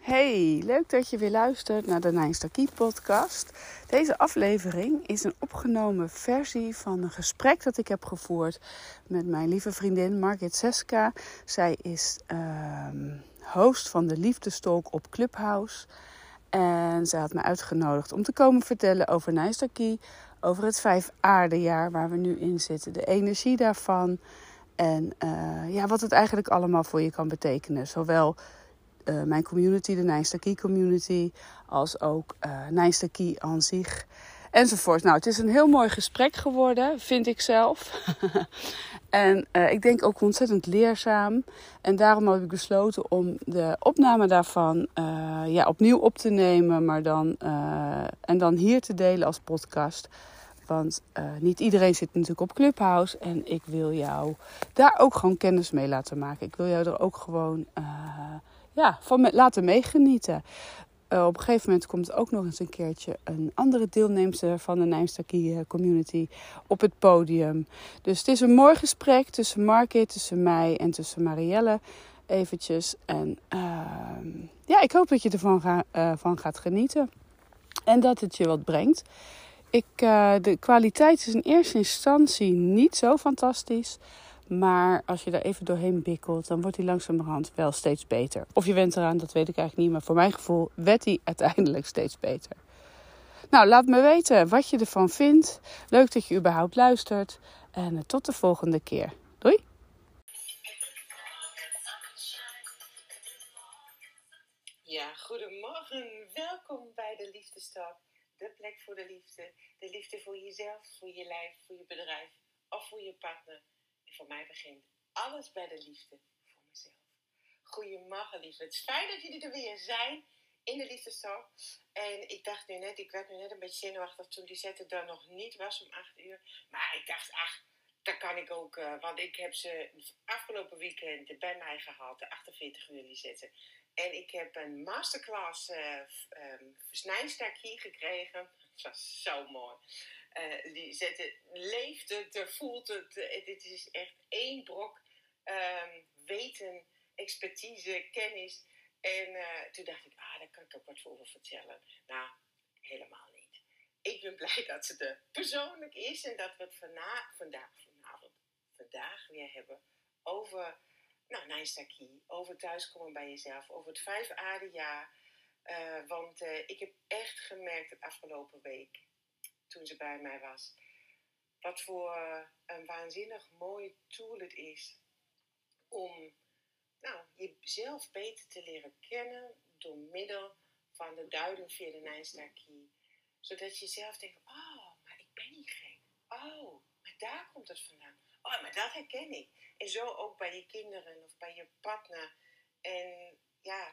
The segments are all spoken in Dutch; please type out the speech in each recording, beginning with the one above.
Hey, leuk dat je weer luistert naar de Nijnster podcast. Deze aflevering is een opgenomen versie van een gesprek dat ik heb gevoerd met mijn lieve vriendin Margit Seska. Zij is host van de Liefdestalk op Clubhouse. En zij had me uitgenodigd om te komen vertellen over Nijnster, over het 5 aardejaar waar we nu in zitten, de energie daarvan en wat het eigenlijk allemaal voor je kan betekenen. Zowel mijn community, de Nijnster community, als ook Nijnster aan zich, enzovoort. Nou, het is een heel mooi gesprek geworden, vind ik zelf. En ik denk ook ontzettend leerzaam. En daarom heb ik besloten om de opname daarvan opnieuw op te nemen, maar dan hier te delen als podcast. Want niet iedereen zit natuurlijk op Clubhouse. En ik wil jou daar ook gewoon kennis mee laten maken. Ik wil jou er ook gewoon van laten meegenieten. Op een gegeven moment komt ook nog eens een keertje een andere deelnemster van de Nijnster community op het podium. Dus het is een mooi gesprek tussen Margit, tussen mij en tussen Marielle eventjes. En ik hoop dat je ervan van gaat genieten. En dat het je wat brengt. De kwaliteit is in eerste instantie niet zo fantastisch. Maar als je daar even doorheen bikkelt, dan wordt die langzamerhand wel steeds beter. Of je went eraan, dat weet ik eigenlijk niet. Maar voor mijn gevoel werd die uiteindelijk steeds beter. Nou, laat me weten wat je ervan vindt. Leuk dat je überhaupt luistert. En tot de volgende keer. Doei! Ja, goedemorgen. Welkom bij de Liefdestalk. De plek voor de liefde. De liefde voor jezelf, voor je lijf, voor je bedrijf of voor je partner. En voor mij begint alles bij de liefde voor mezelf. Goedemorgen, liefde. Het is fijn dat jullie er weer zijn in de Liefdestalk. En ik werd nu net een beetje zenuwachtig toen die zette er nog niet was om 8 uur. Maar ik dacht, dat kan ik ook. Want ik heb ze afgelopen weekend bij mij gehaald, de 48 uur die zetten. En ik heb een masterclass versnijstakje gekregen. Het was zo mooi. Die zette, leeft het, voelt het. Dit is echt één brok weten, expertise, kennis. En toen dacht ik, daar kan ik ook wat over vertellen. Nou, helemaal niet. Ik ben blij dat het er persoonlijk is. En dat we het vandaag weer hebben over Nijnster, over thuiskomen bij jezelf, over het 5 aardejaar. Want ik heb echt gemerkt de afgelopen week, toen ze bij mij was, wat voor een waanzinnig mooie tool het is om jezelf beter te leren kennen door middel van de duiding via de Nijnster. Zodat je zelf denkt, maar ik ben niet gek. Maar daar komt het vandaan. Maar dat herken ik. En zo ook bij je kinderen of bij je partner. En ja.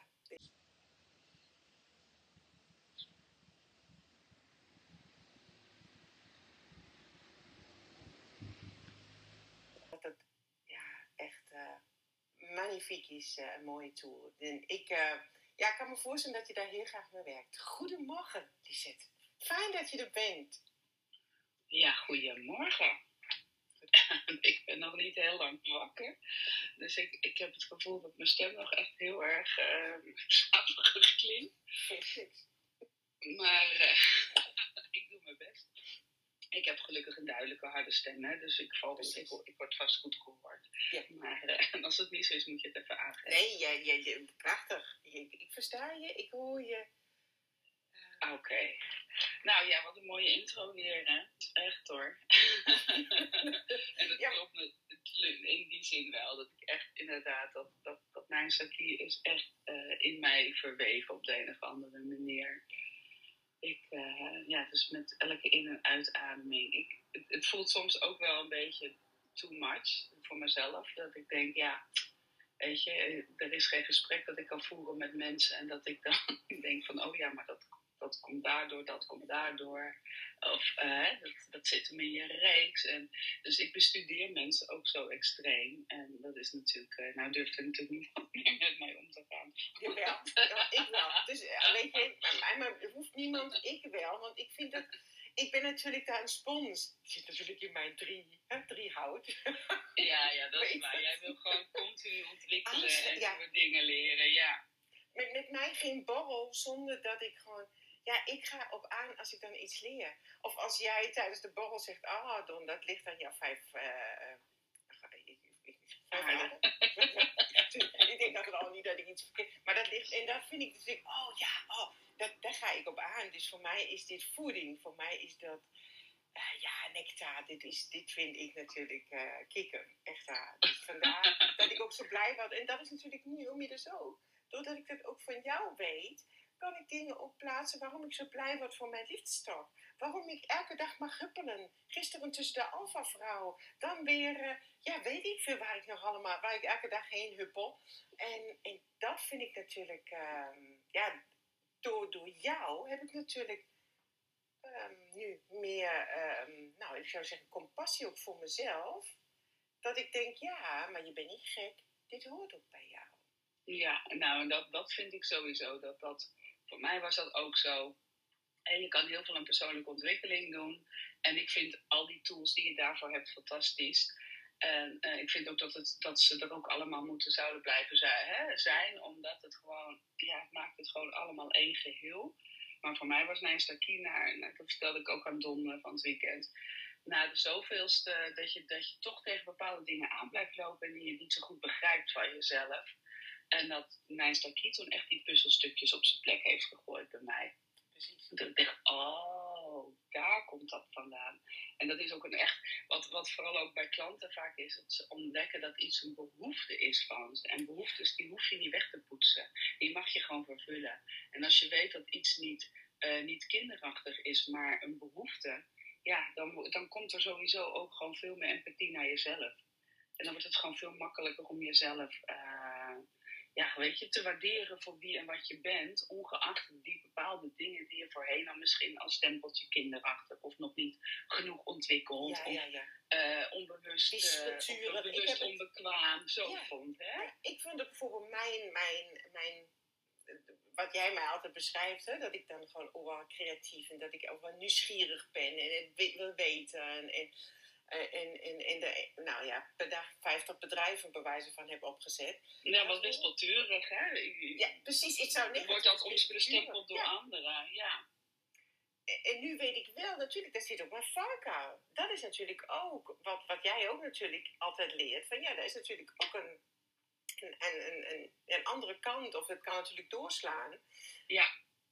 Dat het echt magnifiek is, een mooie tool. En ik kan me voorstellen dat je daar heel graag mee werkt. Goedemorgen, Lisette. Fijn dat je er bent. Ja, goedemorgen. Ik ben nog niet heel lang wakker. Dus ik heb het gevoel dat mijn stem nog echt heel erg slaperig klinkt. Maar ik doe mijn best. Ik heb gelukkig een duidelijke harde stem, hè? Dus ik word vast goed gehoord. Ja. Maar als het niet zo is, moet je het even aangeven. Nee, prachtig. Ik versta je, ik hoor je. Oké. Nou ja, wat een mooie intro weer, hè? Echt hoor. En dat klopt in die zin wel. Dat ik echt inderdaad, dat Nijnster is echt in mij verweven op de een of andere manier. Dus met elke in- en uitademing. Het voelt soms ook wel een beetje too much voor mezelf. Dat ik denk, weet je, er is geen gesprek dat ik kan voeren met mensen. En dat ik dan denk van, maar dat komt daardoor, dat komt daardoor. Of dat zit hem in je reeks. En, dus ik bestudeer mensen ook zo extreem. En dat is natuurlijk, durft er natuurlijk niemand meer met mij om te gaan. Jawel, ik wel. Dus weet je, maar er hoeft niemand, ik wel. Want ik vind dat, ik ben natuurlijk daar een spons. Het zit natuurlijk in mijn drie hout. Ja, dat is waar. Jij wil gewoon continu ontwikkelen en nieuwe dingen leren, ja. Met met mij geen borrel zonder dat ik gewoon... Ja, ik ga op aan als ik dan iets leer. Of als jij tijdens de borrel zegt... Don, dat ligt aan jouw 5... ik denk dat al niet dat ik iets verkeerd... Maar dat ligt... En dat vind ik dus... Daar ga ik op aan. Dus voor mij is dit voeding. Voor mij is dat... nectar. Dit vind ik natuurlijk kikker. Echt waar. Dus vandaar dat ik ook zo blij was. En dat is natuurlijk nu inmiddels ook. Doordat ik dat ook van jou weet... kan ik dingen opplaatsen waarom ik zo blij word voor mijn liefdestok. Waarom ik elke dag mag huppelen. Gisteren tussen de alfa-vrouw. Dan weer, weet ik veel waar ik nog allemaal, waar ik elke dag heen huppel. En dat vind ik natuurlijk, door jou heb ik natuurlijk nu meer, ik zou zeggen, compassie ook voor mezelf. Dat ik denk, ja, maar je bent niet gek. Dit hoort ook bij jou. Ja, nou, dat vind ik sowieso. Voor mij was dat ook zo. En je kan heel veel aan persoonlijke ontwikkeling doen. En ik vind al die tools die je daarvoor hebt fantastisch. En ik vind ook dat ze er ook allemaal zouden blijven zijn. Omdat het gewoon, het maakt het gewoon allemaal één geheel. Maar voor mij was Nijnstarkie, dat vertelde ik ook aan Don van het weekend. Na de zoveelste, dat je toch tegen bepaalde dingen aan blijft lopen. En die je niet zo goed begrijpt van jezelf. En dat Nijnstarkie toen echt die puzzelstukjes op zijn plek heeft gegooid bij mij. Precies. Dat ik dacht, daar komt dat vandaan. En dat is ook wat vooral ook bij klanten vaak is, dat ze ontdekken dat iets een behoefte is van ze. En behoeftes, die hoef je niet weg te poetsen. Die mag je gewoon vervullen. En als je weet dat iets niet kinderachtig is, maar een behoefte, dan komt er sowieso ook gewoon veel meer empathie naar jezelf. En dan wordt het gewoon veel makkelijker om jezelf te waarderen voor wie en wat je bent, ongeacht die bepaalde dingen die je voorheen al misschien als stempeltje kinderachtig of nog niet genoeg ontwikkeld, onbewust of bewust onbekwaam vond. Hè? Ik vond het bijvoorbeeld mijn wat jij mij altijd beschrijft, hè, dat ik dan gewoon overal creatief en dat ik overal nieuwsgierig ben en het wil weten per dag 50 bedrijven bij wijze van heb opgezet. Ja, wat best wel turig, hè? Ja, precies. Ik zou wordt dat omgestempeld door anderen, ja. En nu weet ik wel, natuurlijk, daar zit ook mijn valkuil. Dat is natuurlijk ook, wat jij ook natuurlijk altijd leert, van daar is natuurlijk ook een andere kant, of het kan natuurlijk doorslaan. Ja.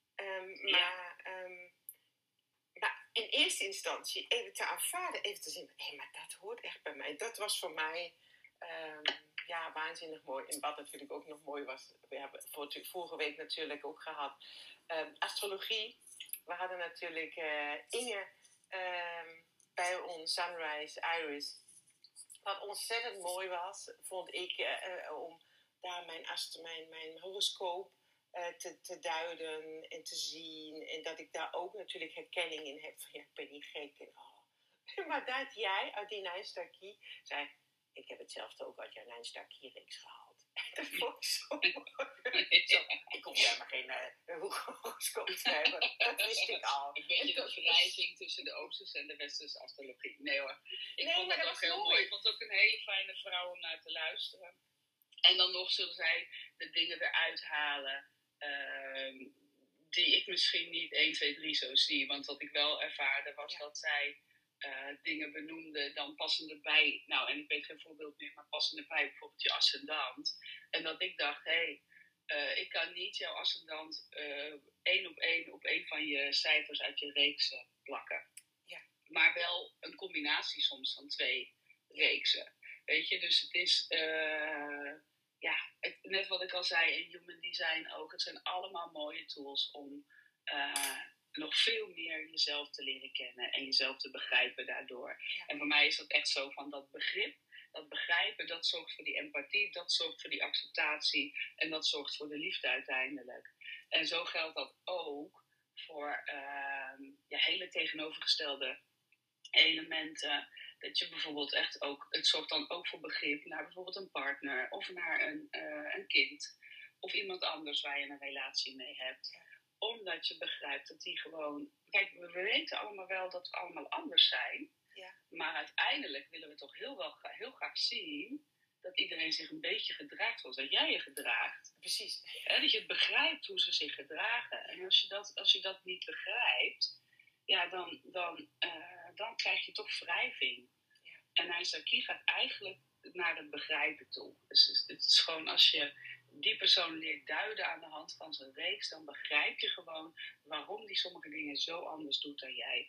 Maar in eerste instantie even te aanvaarden, even te zien, maar dat hoort echt bij mij. Dat was voor mij waanzinnig mooi. En wat natuurlijk ook nog mooi was, we hebben vorige week natuurlijk ook gehad, astrologie. We hadden natuurlijk Inge bij ons, Sunrise, Iris. Wat ontzettend mooi was, vond ik, om daar mijn horoscoop te duiden en te zien. En dat ik daar ook natuurlijk herkenning in heb. Van ik ben niet gek. Maar dat jij uit die Nijnstarkie zei, ik heb hetzelfde ook uit jouw Nijnstarkie-reeks gehaald. Dat vond ik zo mooi. Ik hoef helemaal geen horoscoop te hebben. Dat wist ik al. Een beetje de verrijzing tussen de Oosterse en de Westerse astrologie. Nee hoor. Ik vond dat ook heel mooi. Ik vond het ook een hele fijne vrouw om naar te luisteren. En dan nog zullen zij de dingen weer uithalen die ik misschien niet 1, 2, 3 zo zie. Want wat ik wel ervaarde was dat zij dingen benoemde, dan passen erbij, en ik weet geen voorbeeld meer, maar passen erbij bijvoorbeeld je ascendant. En dat ik dacht, ik kan niet jouw ascendant 1 op één van je cijfers uit je reeksen plakken. Ja. Maar wel een combinatie soms van 2 reeksen. Weet je, dus het is, net wat ik al zei, in Human Design ook, het zijn allemaal mooie tools om nog veel meer jezelf te leren kennen en jezelf te begrijpen daardoor. Ja. En voor mij is dat echt zo van dat begrip, dat begrijpen, dat zorgt voor die empathie, dat zorgt voor die acceptatie en dat zorgt voor de liefde uiteindelijk. En zo geldt dat ook voor hele tegenovergestelde elementen. Dat je bijvoorbeeld echt ook, het zorgt dan ook voor begrip naar bijvoorbeeld een partner of naar een kind of iemand anders waar je een relatie mee hebt. Omdat je begrijpt dat die gewoon... Kijk, we weten allemaal wel dat we allemaal anders zijn. Ja. Maar uiteindelijk willen we toch heel graag zien dat iedereen zich een beetje gedraagt zoals dat jij je gedraagt. Precies. Dat je het begrijpt hoe ze zich gedragen. En als je dat niet begrijpt, ja, dan krijg je toch wrijving. Ja. En Aisaki gaat eigenlijk naar het begrijpen toe. Dus het is gewoon als je die persoon leert duiden aan de hand van zijn reeks, dan begrijp je gewoon waarom die sommige dingen zo anders doet dan jij.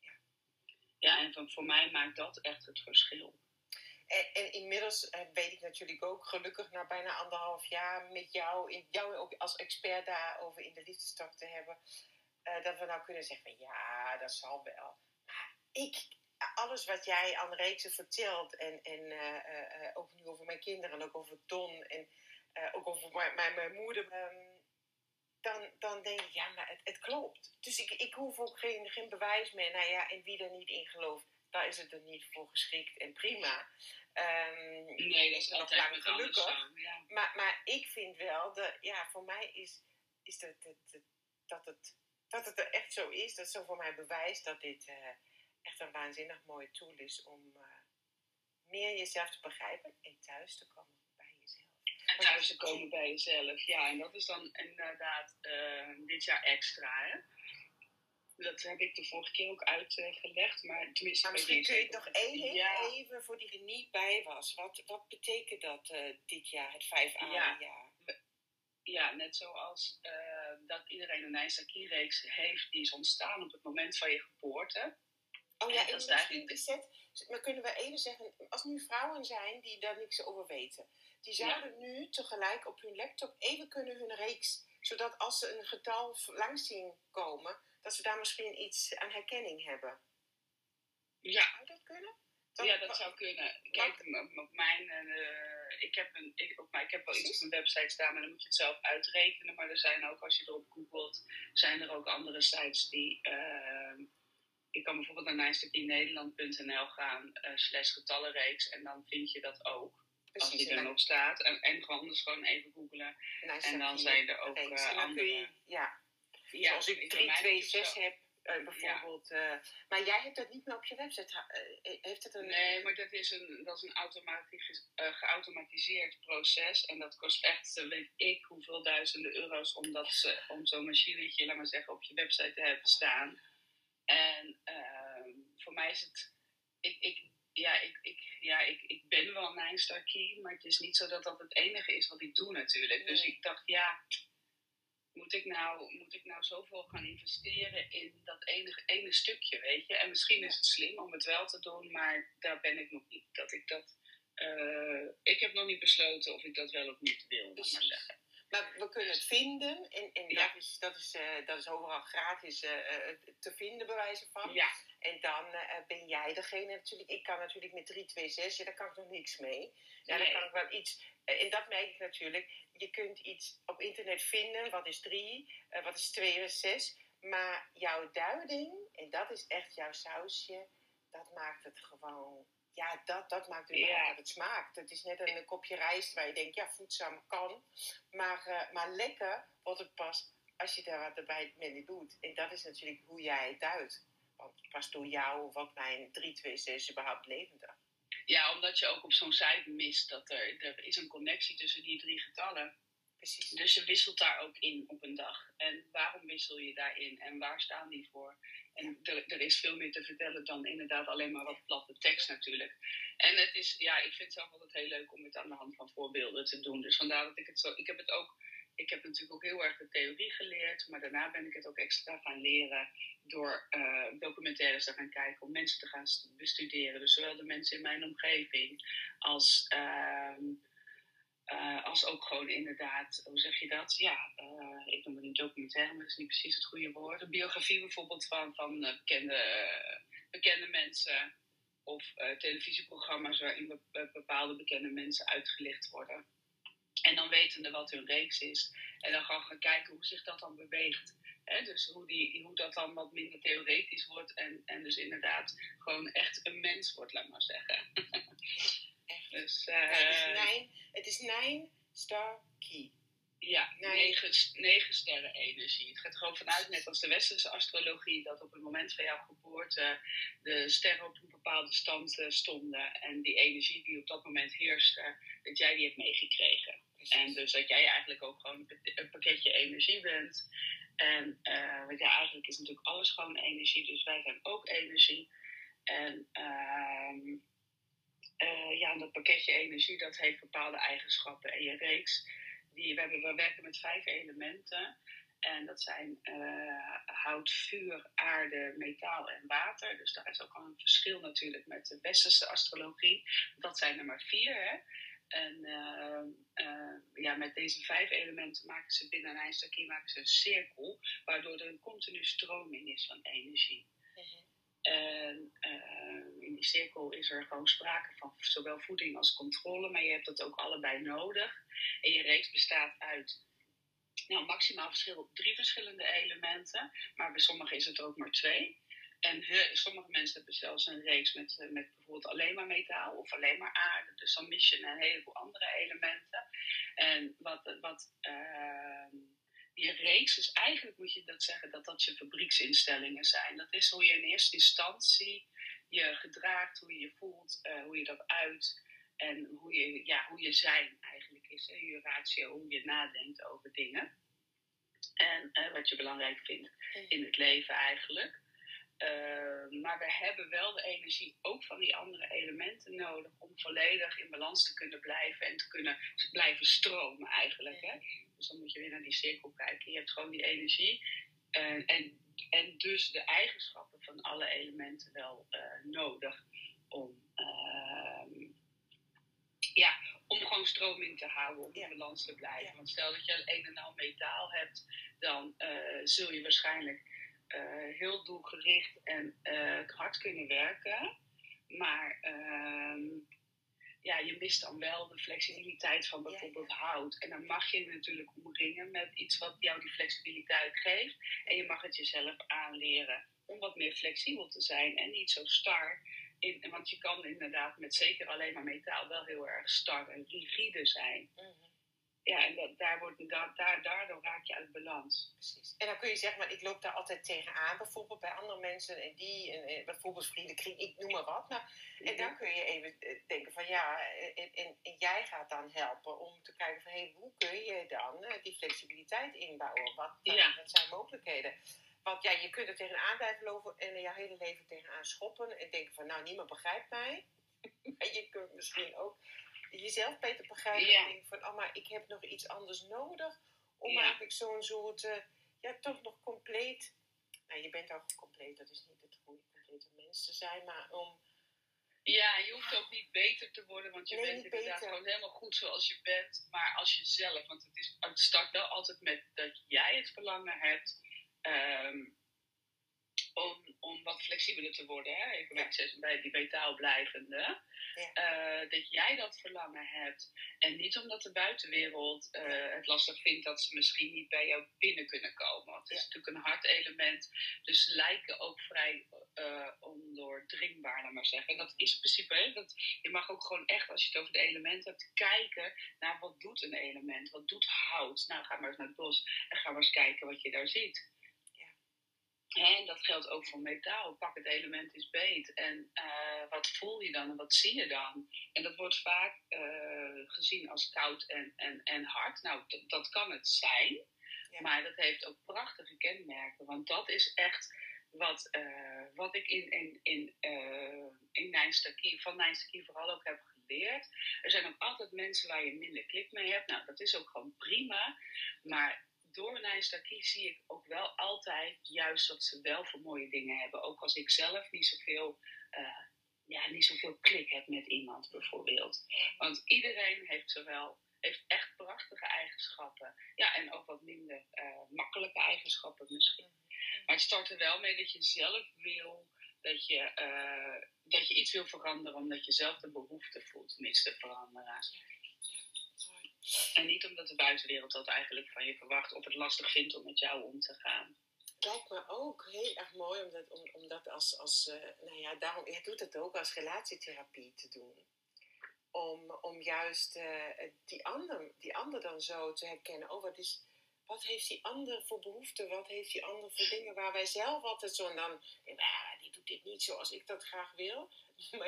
Ja, en voor mij maakt dat echt het verschil. En inmiddels weet ik natuurlijk ook, gelukkig na bijna 1,5 jaar met jou ook als expert daarover in de liefdestak te hebben, dat we nou kunnen zeggen, ja, dat zal wel. Maar alles wat jij aan reeksen vertelt, en ook nu over mijn kinderen, en ook over Don, en ook over mijn moeder, dan denk ik, ja, maar het klopt. Dus ik hoef ook geen bewijs meer. Nou ja, en wie er niet in gelooft, daar is het er niet voor geschikt en prima. Nee, dat is altijd met gelukkig. Zo, ja. Maar ik vind wel, voor mij is dat het er echt zo is. Dat is zo voor mij bewijs dat dit echt een waanzinnig mooie tool is om meer jezelf te begrijpen en thuis te komen bij jezelf. En thuis te komen bij jezelf, ja. En dat is dan inderdaad dit jaar extra, hè. Dat heb ik de vorige keer ook uitgelegd, maar tenminste... Maar misschien kun je het nog even voor die er niet bij was. Wat betekent dat dit jaar, het 5 jaar? Ja, net zoals dat iedereen een Aisaki-reeks heeft, die is ontstaan op het moment van je geboorte. Oh ja, en misschien maar kunnen we even zeggen, als nu vrouwen zijn die daar niks over weten, die zouden nu tegelijk op hun laptop even kunnen hun reeks, zodat als ze een getal langs zien komen, dat ze daar misschien iets aan herkenning hebben. Ja. Zou dat kunnen? Dat zou kunnen. Kijk, op mijn... ik heb wel iets op mijn website staan, maar dan moet je het zelf uitrekenen. Maar er zijn ook, als je erop googelt, zijn er ook andere sites die... je kan bijvoorbeeld naar nicetakynederland.nl gaan, /getallenreeks, en dan vind je dat ook. Precies, als die er nog staat. En gewoon even googlen. En dan zijn er ook andere... Zoals ik 326 heb, bijvoorbeeld. Maar jij hebt dat niet meer op je website. Heeft het een... Nee, maar dat is een geautomatiseerd proces. En dat kost echt, weet ik, hoeveel duizenden euro's om zo'n machinetje, laat maar zeggen, op je website te hebben staan. En voor mij is het... Ik ben wel een Aisaki, maar het is niet zo dat dat het enige is wat ik doe natuurlijk. Nee. Dus ik dacht, moet ik nou zoveel gaan investeren in dat ene stukje, weet je? En misschien is het slim om het wel te doen, maar daar ben ik nog niet. Ik heb nog niet besloten of ik dat wel of niet wil, laat maar zeggen. Maar we kunnen het vinden en dat is overal gratis te vinden, bij wijze van. Ja. En dan ben jij degene natuurlijk. Ik kan natuurlijk met 326, daar kan ik nog niks mee. Ja, nee. Dan kan ik wel iets. En dat merk ik natuurlijk. Je kunt iets op internet vinden. Wat is 3? Wat is 2 en 6? Maar jouw duiding, en dat is echt jouw sausje, dat maakt het gewoon... Ja, dat maakt dat het smaakt. Het is net een kopje rijst waar je denkt, ja, voedzaam kan. Maar lekker wordt het pas als je daar wat erbij mee doet. En dat is natuurlijk hoe jij het duidt. Want pas door jou wordt mijn 326 überhaupt levendig. Ja, omdat je ook op zo'n site mist dat er is een connectie tussen die 3 getallen. Precies. Dus je wisselt daar ook in op een dag. En waarom wissel je daarin? En waar staan die voor? En er is veel meer te vertellen dan inderdaad alleen maar wat platte tekst natuurlijk. En het is, ik vind het zelf altijd heel leuk om het aan de hand van voorbeelden te doen. Dus vandaar dat ik het zo... Ik heb natuurlijk ook heel erg de theorie geleerd, maar daarna ben ik het ook extra gaan leren door documentaires te gaan kijken, om mensen te gaan bestuderen. Dus zowel de mensen in mijn omgeving als ook gewoon inderdaad, hoe zeg je dat? Ik noem het een documentaire, maar dat is niet precies het goede woord. Een biografie bijvoorbeeld van bekende mensen of televisieprogramma's waarin bepaalde bekende mensen uitgelicht worden. En dan wetende wat hun reeks is. En dan gaan kijken hoe zich dat dan beweegt. Dus hoe dat dan wat minder theoretisch wordt. En dus inderdaad gewoon echt een mens wordt, laat maar zeggen. Echt. Dus, het is Nine Star Key. Ja, 9 sterren energie. Het gaat er gewoon vanuit, net als de westerse astrologie, dat op het moment van jouw geboorte de sterren op een bepaalde stand stonden. En die energie die op dat moment heerste, dat jij die hebt meegekregen. En dus dat jij eigenlijk ook gewoon een pakketje energie bent. En want ja, eigenlijk is natuurlijk alles gewoon energie, dus wij zijn ook energie. En ja, dat pakketje energie, dat heeft bepaalde eigenschappen. En je reeks, we werken met 5 elementen. En dat zijn hout, vuur, aarde, metaal en water. Dus daar is ook al een verschil natuurlijk met de westerse astrologie. Dat zijn er maar 4, hè. En ja, met deze 5 elementen maken ze binnen een eindstokje een cirkel, waardoor er een continu stroming is van energie. En in die cirkel is er gewoon sprake van zowel voeding als controle, maar je hebt dat ook allebei nodig. En je reeks bestaat uit maximaal 3 verschillende elementen, maar bij sommigen is het ook maar 2. En sommige mensen hebben zelfs een reeks met bijvoorbeeld alleen maar metaal of alleen maar aarde. Dus dan mis je een heleboel andere elementen. En die reeks is eigenlijk, moet je dat zeggen, dat je fabrieksinstellingen zijn. Dat is hoe je in eerste instantie je gedraagt, hoe je je voelt, hoe je dat uit. En hoe je zijn eigenlijk is. Hè? Je ratio, hoe je nadenkt over dingen. En wat je belangrijk vindt in het leven eigenlijk. Maar we hebben wel de energie ook van die andere elementen nodig om volledig in balans te kunnen blijven en te kunnen blijven stromen eigenlijk. Hè? Dus dan moet je weer naar die cirkel kijken. Je hebt gewoon die energie en dus de eigenschappen van alle elementen wel nodig om om gewoon stroming te houden, om in balans te blijven. Ja. Want stel dat je een en al metaal hebt, dan zul je waarschijnlijk heel doelgericht en hard kunnen werken. Maar je mist dan wel de flexibiliteit van bijvoorbeeld hout. En dan mag je natuurlijk omringen met iets wat jou die flexibiliteit geeft. En je mag het jezelf aanleren om wat meer flexibel te zijn en niet zo star. Want je kan inderdaad met zeker alleen maar metaal wel heel erg star en rigide zijn. Mm-hmm. Ja, en daardoor raak je uit balans. Precies. En dan kun je zeggen, maar ik loop daar altijd tegenaan, bijvoorbeeld bij andere mensen, en bijvoorbeeld vriendenkring, ik noem maar wat. Nou, en dan kun je even denken van en jij gaat dan helpen om te kijken van, hoe kun je dan die flexibiliteit inbouwen? Wat zijn mogelijkheden? Want je kunt er tegenaan blijven lopen en er jouw hele leven tegenaan schoppen en denken van, niemand begrijpt mij. Maar je kunt misschien ook jezelf beter begrijpen en denken van, maar ik heb nog iets anders nodig om eigenlijk zo'n soort, toch nog compleet, je bent al compleet, dat is niet het goede complete mens te zijn, maar om... Ja, je hoeft ook niet beter te worden, want je bent inderdaad gewoon helemaal goed zoals je bent, maar als je zelf, want het start wel altijd met dat jij het verlangen hebt om wat flexibeler te worden, hè? Even bij die metaal blijvende. Ja. Dat jij dat verlangen hebt. En niet omdat de buitenwereld het lastig vindt dat ze misschien niet bij jou binnen kunnen komen. Want het is natuurlijk een hard element. Dus ze lijken ook vrij ondoordringbaar, laat maar zeggen. En dat is in principe, je mag ook gewoon echt, als je het over de elementen hebt, kijken naar wat doet een element. Wat doet hout? Nou, ga maar eens naar het bos en ga maar eens kijken wat je daar ziet. En dat geldt ook voor metaal. Pak het element eens beet. En wat voel je dan en wat zie je dan? En dat wordt vaak gezien als koud en hard. Nou, dat kan het zijn. Ja. Maar dat heeft ook prachtige kenmerken. Want dat is echt wat ik in Nijnstakkie, van Nijnstakkie vooral ook heb geleerd. Er zijn ook altijd mensen waar je minder klik mee hebt. Nou, dat is ook gewoon prima. Maar door Nijnstakkie zie ik ook wel altijd juist dat ze wel voor mooie dingen hebben. Ook als ik zelf niet zoveel klik heb met iemand bijvoorbeeld. Want iedereen heeft echt prachtige eigenschappen. Ja, en ook wat minder makkelijke eigenschappen misschien. Maar het start er wel mee dat je zelf wil, dat je iets wil veranderen, omdat je zelf de behoefte voelt om iets te veranderen. En niet omdat de buitenwereld dat eigenlijk van je verwacht of het lastig vindt om met jou om te gaan. Lijkt me ook heel erg mooi om dat daarom, je doet het ook als relatietherapie te doen. om juist die ander dan zo te herkennen. Oh, wat heeft die ander voor behoeften? Wat heeft die ander voor dingen waar wij zelf altijd zo dan... die doet dit niet zoals ik dat graag wil. Maar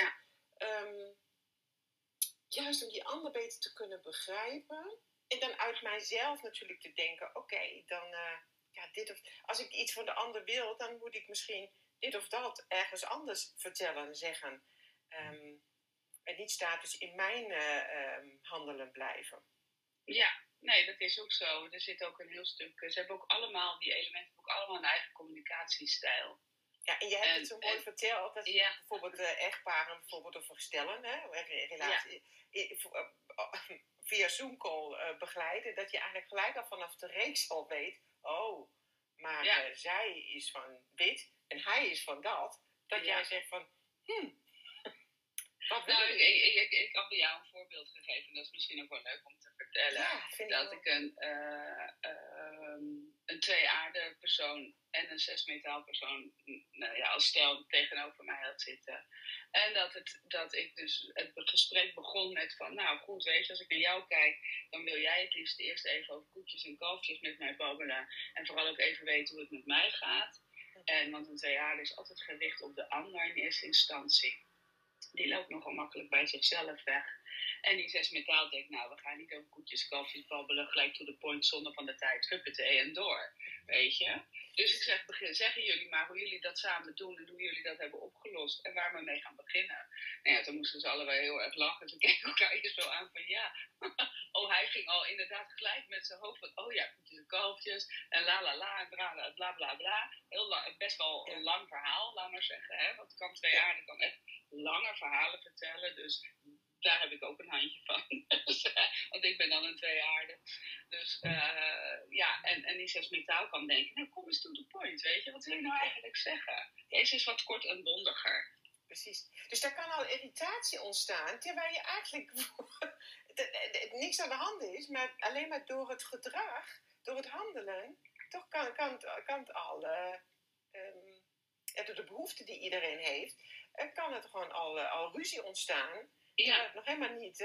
juist om die ander beter te kunnen begrijpen. En dan uit mijzelf natuurlijk te denken... Oké, dan... dit of, als ik iets van de ander wil... dan moet ik misschien dit of dat ergens anders vertellen, zeggen. En niet statisch in mijn handelen blijven. Ja, nee, dat is ook zo. Er zit ook een heel stuk... Ze hebben ook allemaal, die elementen hebben ook allemaal een eigen communicatiestijl. Ja, en je hebt het zo mooi verteld, dat bijvoorbeeld echtparen bijvoorbeeld of stellen, relatie, via Zoom-call begeleiden, dat je eigenlijk gelijk al vanaf de reeks al weet, maar zij is van dit en hij is van dat, dat jij zegt van, wat wil je? Ik had bij jou een voorbeeld gegeven, dat is misschien ook wel leuk om te vertellen. Ja, dat ik een 2-aarde persoon en een 6-metaal persoon als stel tegenover mij had zitten. En dat ik dus het gesprek begon met van, nou goed, weet je, als ik naar jou kijk, dan wil jij het liefst eerst even over koetjes en kalfjes met mij babbelen. En vooral ook even weten hoe het met mij gaat. Want een 2-aarde is altijd gericht op de ander in eerste instantie. Die loopt nogal makkelijk bij zichzelf weg. En die 6-metaal denkt, nou, we gaan niet over koetjes, kalfjes babbelen, gelijk to the point, zonder van de tijd, huppatee en door. Weet je? Dus ik zeg, zeggen jullie maar hoe jullie dat samen doen en hoe jullie dat hebben opgelost en waar we mee gaan beginnen. Nou ja, toen moesten ze allebei heel erg lachen. Ze keken elkaar hier zo aan van, hij ging al inderdaad gelijk met zijn hoofd van, koetjes en kalfjes en la la la en bla bla bla. Heel lang, best wel een lang verhaal, laat maar zeggen. Hè? Want het kan 2 aarden, kan echt lange verhalen vertellen, dus daar heb ik ook een handje van. Want ik ben dan een 2-aarde. Dus en die 6-metaal kan denken, nou kom eens to the point, weet je. Wat wil je nou eigenlijk zeggen? Deze is wat kort en bondiger. Precies. Dus daar kan al irritatie ontstaan, terwijl je eigenlijk niks aan de hand is, maar alleen maar door het gedrag, door het handelen, toch kan het al, door de behoeften die iedereen heeft, kan het gewoon al ruzie ontstaan. Ja. Het nog helemaal niet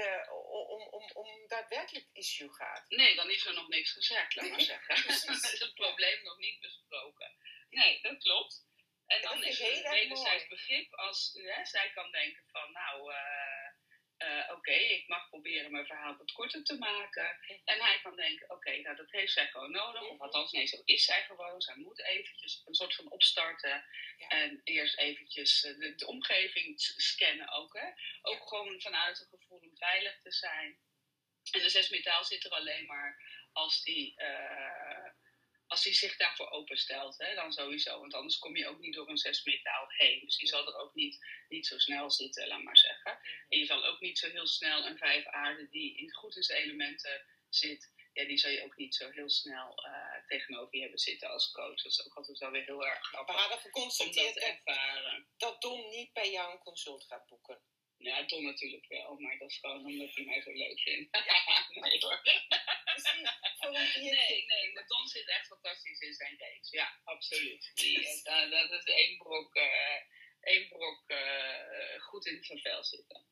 om daadwerkelijk het issue gaat. Nee, dan is er nog niks gezegd, laat maar zeggen. Dan is het probleem nog niet besproken. Nee, dat klopt. En dan is het wederzijds begrip als zij kan denken van, nou, ik mag proberen mijn verhaal wat korter te maken. En hij kan denken, nou dat heeft zij gewoon nodig. Of althans, nee, zo is zij gewoon. Zij moet eventjes een soort van opstarten. Ja. En eerst eventjes de omgeving scannen ook. Hè? Ook gewoon vanuit een gevoel om veilig te zijn. En de 6-metaal zit er alleen maar als die zich daarvoor openstelt, hè, dan sowieso. Want anders kom je ook niet door een 6-metaal heen. Dus die zal er ook niet zo snel zitten, laat maar zeggen. En je zal ook niet zo heel snel een 5-aarde die goed in zijn elementen zit, die zal je ook niet zo heel snel tegenover je hebben zitten als coach. Dat is ook altijd wel weer heel erg grappig. We hadden geconstateerd dat Don niet bij jou een consult gaat boeken. Ja, Don natuurlijk wel, maar dat is gewoon omdat hij mij zo leuk vindt. Nee hoor. Nee, maar Don zit echt fantastisch in zijn reeks. Ja, absoluut. Dat is één brok goed in zijn vel zitten.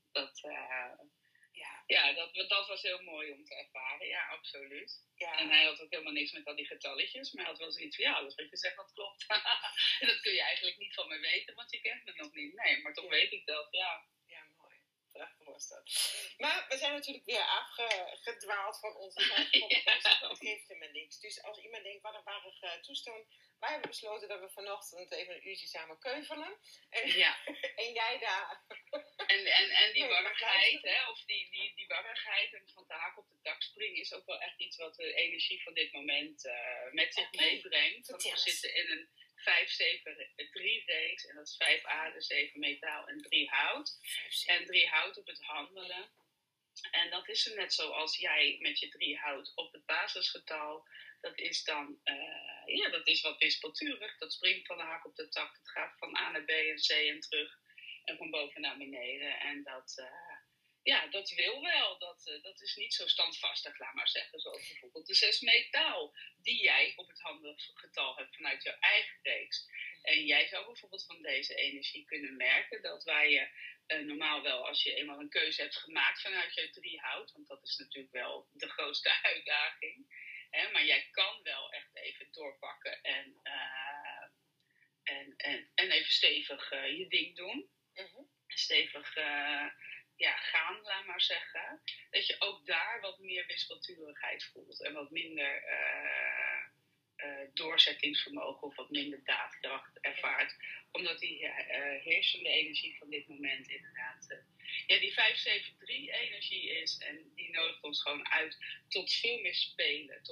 Dat was heel mooi om te ervaren. Ja, absoluut. Ja. En hij had ook helemaal niks met al die getalletjes. Maar hij had wel zoiets van, dat wat je zegt, dat klopt. En dat kun je eigenlijk niet van me weten, want je kent me nog niet. Nee, maar toch weet ik dat, ja. Prachtig was dat. Maar we zijn natuurlijk weer afgedwaald van onze podcast. Dat geeft helemaal niks. Dus als iemand denkt, wat een warrig toestand. Wij hebben besloten dat we vanochtend even een uurtje samen keuvelen. En jij daar. En die warrigheid, hè, of die warrigheid en van de haak op de dak springen, is ook wel echt iets wat de energie van dit moment met zich meebrengt. Want we zitten in een 5-7-3 reeks. En dat is 5 aarde, 7 metaal en 3 hout. En 3 hout op het handelen. En dat is er net zoals jij met je 3 hout op het basisgetal. Dat is dan, dat is wat wispelturig. Dat springt van de haak op de tak. Het gaat van A naar B en C en terug. En van boven naar beneden. En ja, dat wil wel. Dat is niet zo standvastig, laat maar zeggen. Zoals bijvoorbeeld de 6 metaal, die jij op het handelsgetal hebt vanuit jouw eigen reeks. En jij zou bijvoorbeeld van deze energie kunnen merken dat waar je normaal wel, als je eenmaal een keuze hebt gemaakt vanuit je 3 hout, want dat is natuurlijk wel de grootste uitdaging. Hè, maar jij kan wel echt even doorpakken en even stevig je ding doen. Stevig gaan, laat maar zeggen. Dat je ook daar wat meer wispelturigheid voelt. En wat minder doorzettingsvermogen of wat minder daadkracht ervaart. Omdat die heersende energie van dit moment inderdaad die 573-energie is. En die nodigt ons gewoon uit tot veel meer spelen.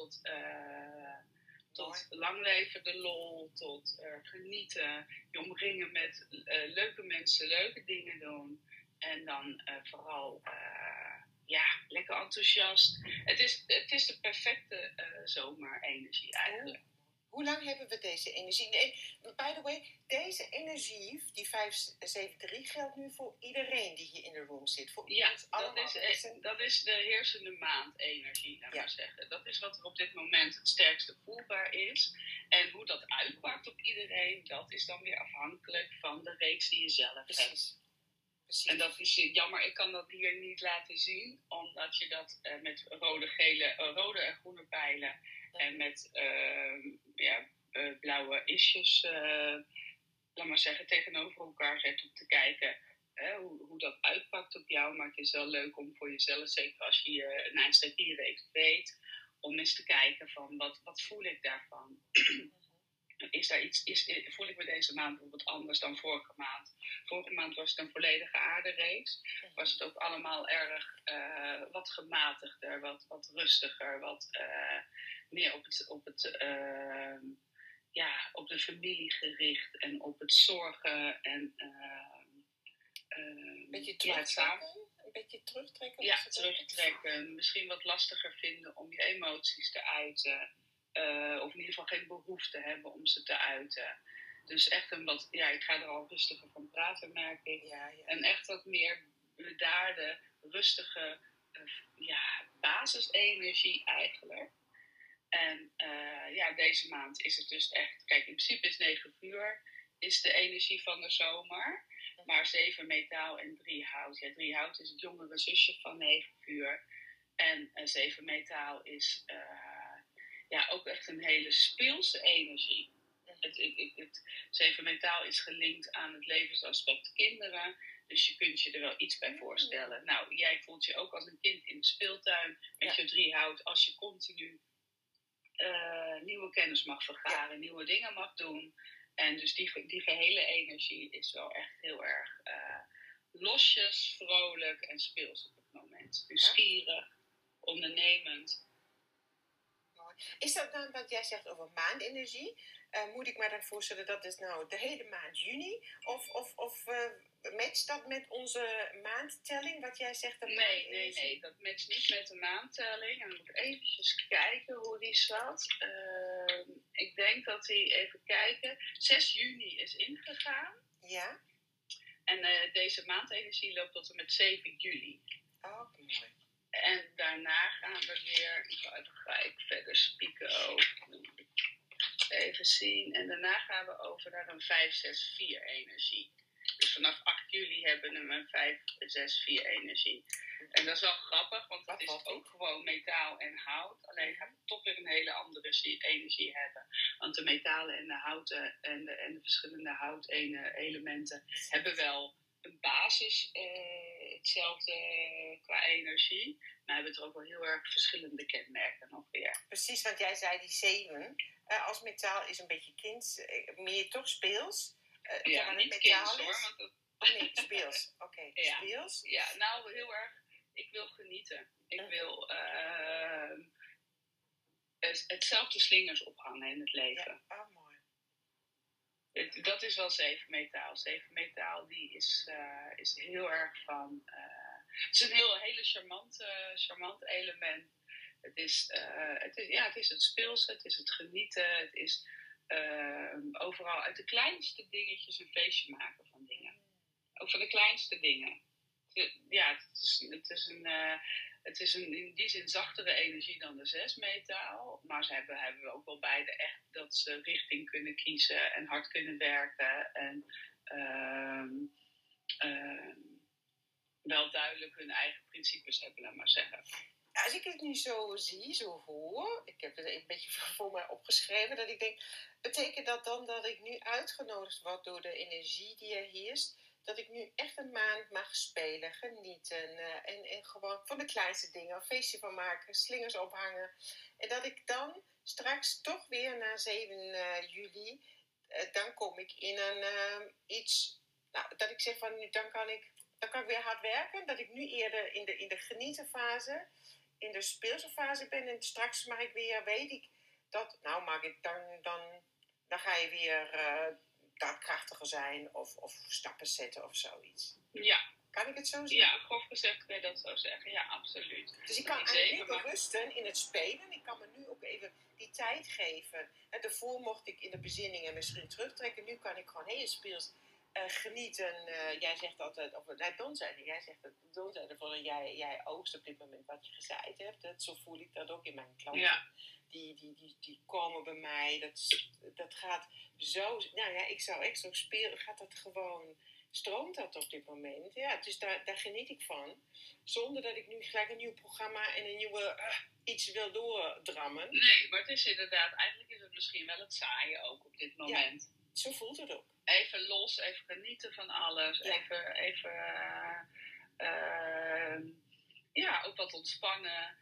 Tot lang leven de lol, tot genieten, je omringen met leuke mensen, leuke dingen doen. En dan vooral lekker enthousiast. Het is de perfecte zomerenergie eigenlijk. Hoe lang hebben we deze energie? By the way, deze energie, die 573, geldt nu voor iedereen die hier in de room zit. Voor ons allemaal. Dat is de heersende maandenergie, laat maar zeggen. Dat is wat er op dit moment het sterkste voelbaar is. En hoe dat uitpakt op iedereen, dat is dan weer afhankelijk van de reeks die je zelf hebt. Precies. En dat is jammer, ik kan dat hier niet laten zien, omdat je dat met rode en groene pijlen en met blauwe isjes, laat maar zeggen, tegenover elkaar zet om te kijken hoe dat uitpakt op jou. Maar het is wel leuk om voor jezelf, zeker als je een eindstapierreeks weet, om eens te kijken van wat voel ik daarvan. Is daar voel ik me deze maand bijvoorbeeld anders dan vorige maand? Vorige maand was het een volledige aardereeks. Was het ook allemaal erg wat gematigder, wat rustiger, wat meer op de familie gericht en op het zorgen en beetje terugtrekken? Een beetje terugtrekken? Ja, terugtrekken. Misschien wat lastiger vinden om je emoties te uiten. Of in ieder geval geen behoefte hebben om ze te uiten. Dus echt ik ga er al rustiger van praten, merk ik. Ja. En echt wat meer bedaarde, rustige basisenergie eigenlijk. En deze maand is het dus echt, kijk, in principe is 9 uur is de energie van de zomer. Maar 7 metaal en 3 hout. Ja, 3 hout is het jongere zusje van 9 uur. En 7 metaal is ook echt een hele speelse energie. Het 7 metaal is gelinkt aan het levensaspect kinderen. Dus je kunt je er wel iets bij voorstellen. Nou, jij voelt je ook als een kind in de speeltuin met je 3 hout. Als je continu nieuwe kennis mag vergaren, nieuwe dingen mag doen. En dus die gehele energie is wel echt heel erg losjes, vrolijk en speels op het moment. Nieuwsgierig, ondernemend. Is dat dan wat jij zegt over maandenergie? Moet ik me dan voorstellen dat is nou de hele maand juni? Of matcht dat met onze maandtelling, wat jij zegt? Nee, dat matcht niet met de maandtelling. En dan moet ik eventjes kijken hoe die zat. Ik denk dat hij, even kijken, 6 juni is ingegaan. Ja. En deze maandenergie loopt tot en met 7 juli. Oh, mooi. En daarna gaan we weer, ga ik verder spieken over. Even zien. En daarna gaan we over naar een 5-6-4 energie. Dus vanaf 8 juli hebben we een 5-6-4 energie. En dat is wel grappig, want dat is ook gewoon metaal en hout. Alleen gaan we toch weer een hele andere energie hebben. Want de metalen en de houten en de verschillende houtelementen hebben wel een basis hetzelfde qua energie. Maar hebben er ook wel heel erg verschillende kenmerken nog weer. Precies, want jij zei die 7 als metaal is een beetje meer toch speels? Niet kinds hoor. Nee, speels. Oké, speels. Ja, nou heel erg. Ik wil genieten. Ik wil hetzelfde slingers ophangen in het leven. Ja, mooi. Dat is wel 7 metaal. 7 metaal die is heel erg van... het is een hele charmant element. Het is het speelse, het is het genieten, het is overal uit de kleinste dingetjes een feestje maken van dingen. Ook van de kleinste dingen. Het is een in die zin zachtere energie dan de 6-metaal. Maar ze hebben ook wel beide echt dat ze richting kunnen kiezen en hard kunnen werken. En wel duidelijk hun eigen principes hebben, laat maar zeggen. Als ik het nu zo zie, zo hoor, ik heb het een beetje voor mij opgeschreven, dat ik denk, betekent dat dan dat ik nu uitgenodigd word door de energie die er heerst, dat ik nu echt een maand mag spelen, genieten en gewoon van de kleinste dingen een feestje van maken, slingers ophangen. En dat ik dan straks toch weer na 7 juli, dan kom ik in een iets, nou, dat ik zeg van nu, dan kan ik weer hard werken, dat ik nu eerder in de genietenfase, in de speelse fase ben en straks mag ik weer, weet ik, dat, nou mag ik dan ga je weer daadkrachtiger zijn of stappen zetten of zoiets. Ja. Kan ik het zo zien? Ja, grof gezegd kun je dat zo zeggen. Ja, absoluut. Dus ik kan eigenlijk nu berusten in het spelen. Ik kan me nu ook even die tijd geven. Daarvoor mocht ik in de bezinningen misschien terugtrekken. Nu kan ik gewoon heel speels genieten. Jij zegt altijd, jij zegt dat donzijde van jij oogst op dit moment wat je gezaaid hebt. Zo voel ik dat ook in mijn klanten. Ja. Die komen bij mij. Dat gaat zo. Nou ja, ik zou echt zo spelen. Gaat dat gewoon. Stroomt dat op dit moment? Ja, dus daar geniet ik van. Zonder dat ik nu gelijk een nieuw programma en een nieuwe iets wil doordrammen. Nee, maar het is inderdaad, eigenlijk is het misschien wel het saaie ook op dit moment. Ja, zo voelt het ook. Even los, even genieten van alles. Ja. Ook wat ontspannen.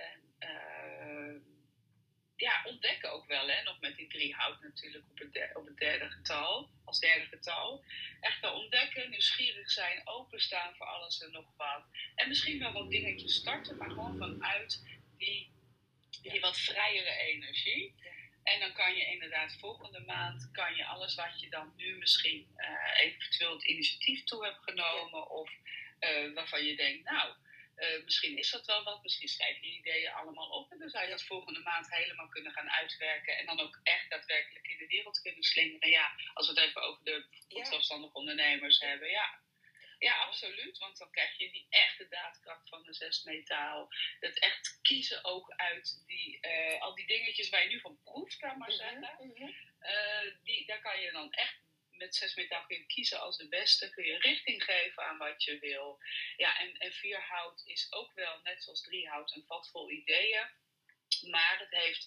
En ontdekken ook wel, hè. Nog met die 3 hout natuurlijk op het derde getal. Als derde getal. Echt wel ontdekken, nieuwsgierig zijn, openstaan voor alles en nog wat. En misschien wel wat dingetjes starten, maar gewoon vanuit die wat vrijere energie. Ja. En dan kan je inderdaad volgende maand, alles wat je dan nu misschien eventueel het initiatief toe hebt genomen. Ja. Of waarvan je denkt, nou, misschien is dat wel wat, misschien schrijf je ideeën allemaal op. En dan zou je dat volgende maand helemaal kunnen gaan uitwerken. En dan ook echt daadwerkelijk in de wereld kunnen slingeren. Ja, als we het even over de zelfstandige ondernemers hebben, Ja, absoluut. Want dan krijg je die echte daadkracht van de 6-metaal. Het echt kiezen ook uit al die dingetjes waar je nu van proeft, kan maar zeggen. Mm-hmm. Daar kan je dan echt met 6-metaal kun je kiezen als de beste. Kun je richting geven aan wat je wil. Ja, en 4 hout is ook wel, net zoals 3 hout, een vat vol ideeën. Maar het heeft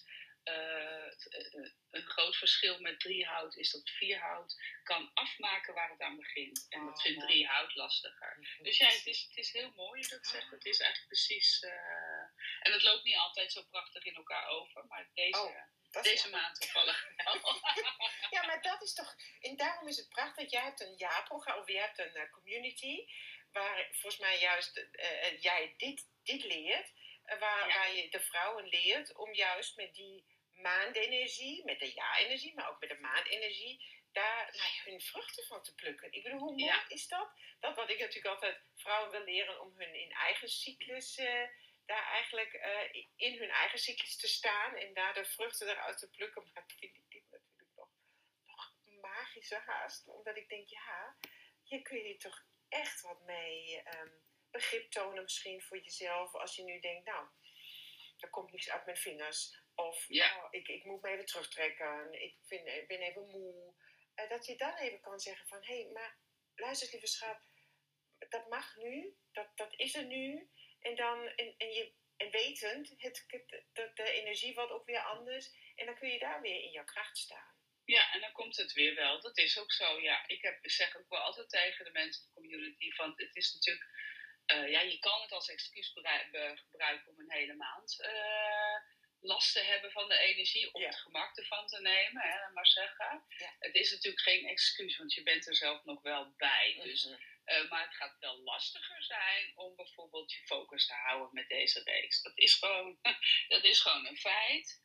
een groot verschil met 3 hout is dat 4 hout kan afmaken waar het aan begint. En dat vindt 3 hout lastiger. Dus ja, het is heel mooi dat je zegt. Het is eigenlijk precies. En het loopt niet altijd zo prachtig in elkaar over, maar deze maand toevallig wel. Ja, maar dat is toch. En daarom is het prachtig. Jij hebt een jaarprogramma, of je hebt een community, waar volgens mij juist jij dit leert. Waar je de vrouwen leert om juist met die maandenergie, met de jaarenergie, maar ook met de maanenergie, daar hun vruchten van te plukken. Ik bedoel, hoe mooi is dat? Dat wat ik natuurlijk altijd vrouwen wil leren om hun in eigen cyclus, daar eigenlijk in hun eigen cyclus te staan en daar de vruchten eruit te plukken. Maar vind ik dit natuurlijk nog magische haast. Omdat ik denk, hier kun je toch echt wat mee begrip tonen misschien voor jezelf. Als je nu denkt, nou, er komt niks uit mijn vingers. Of ik moet me even terugtrekken. Ik ben even moe. Dat je dan even kan zeggen van, hé, maar luister lieve schat. Dat mag nu. Dat is er nu. En dan, en wetend, de energie wordt ook weer anders. En dan kun je daar weer in jouw kracht staan. Ja, en dan komt het weer wel. Dat is ook zo, ja. Ik zeg ook wel altijd tegen de mensen in de community van, het is natuurlijk, je kan het als excuus gebruiken om een hele maand last te hebben van de energie, om het gemak ervan te nemen, hè, maar zeggen. Ja. Het is natuurlijk geen excuus, want je bent er zelf nog wel bij. Mm-hmm. Dus, maar het gaat wel lastiger zijn om bijvoorbeeld je focus te houden met deze reeks. Dat is gewoon een feit.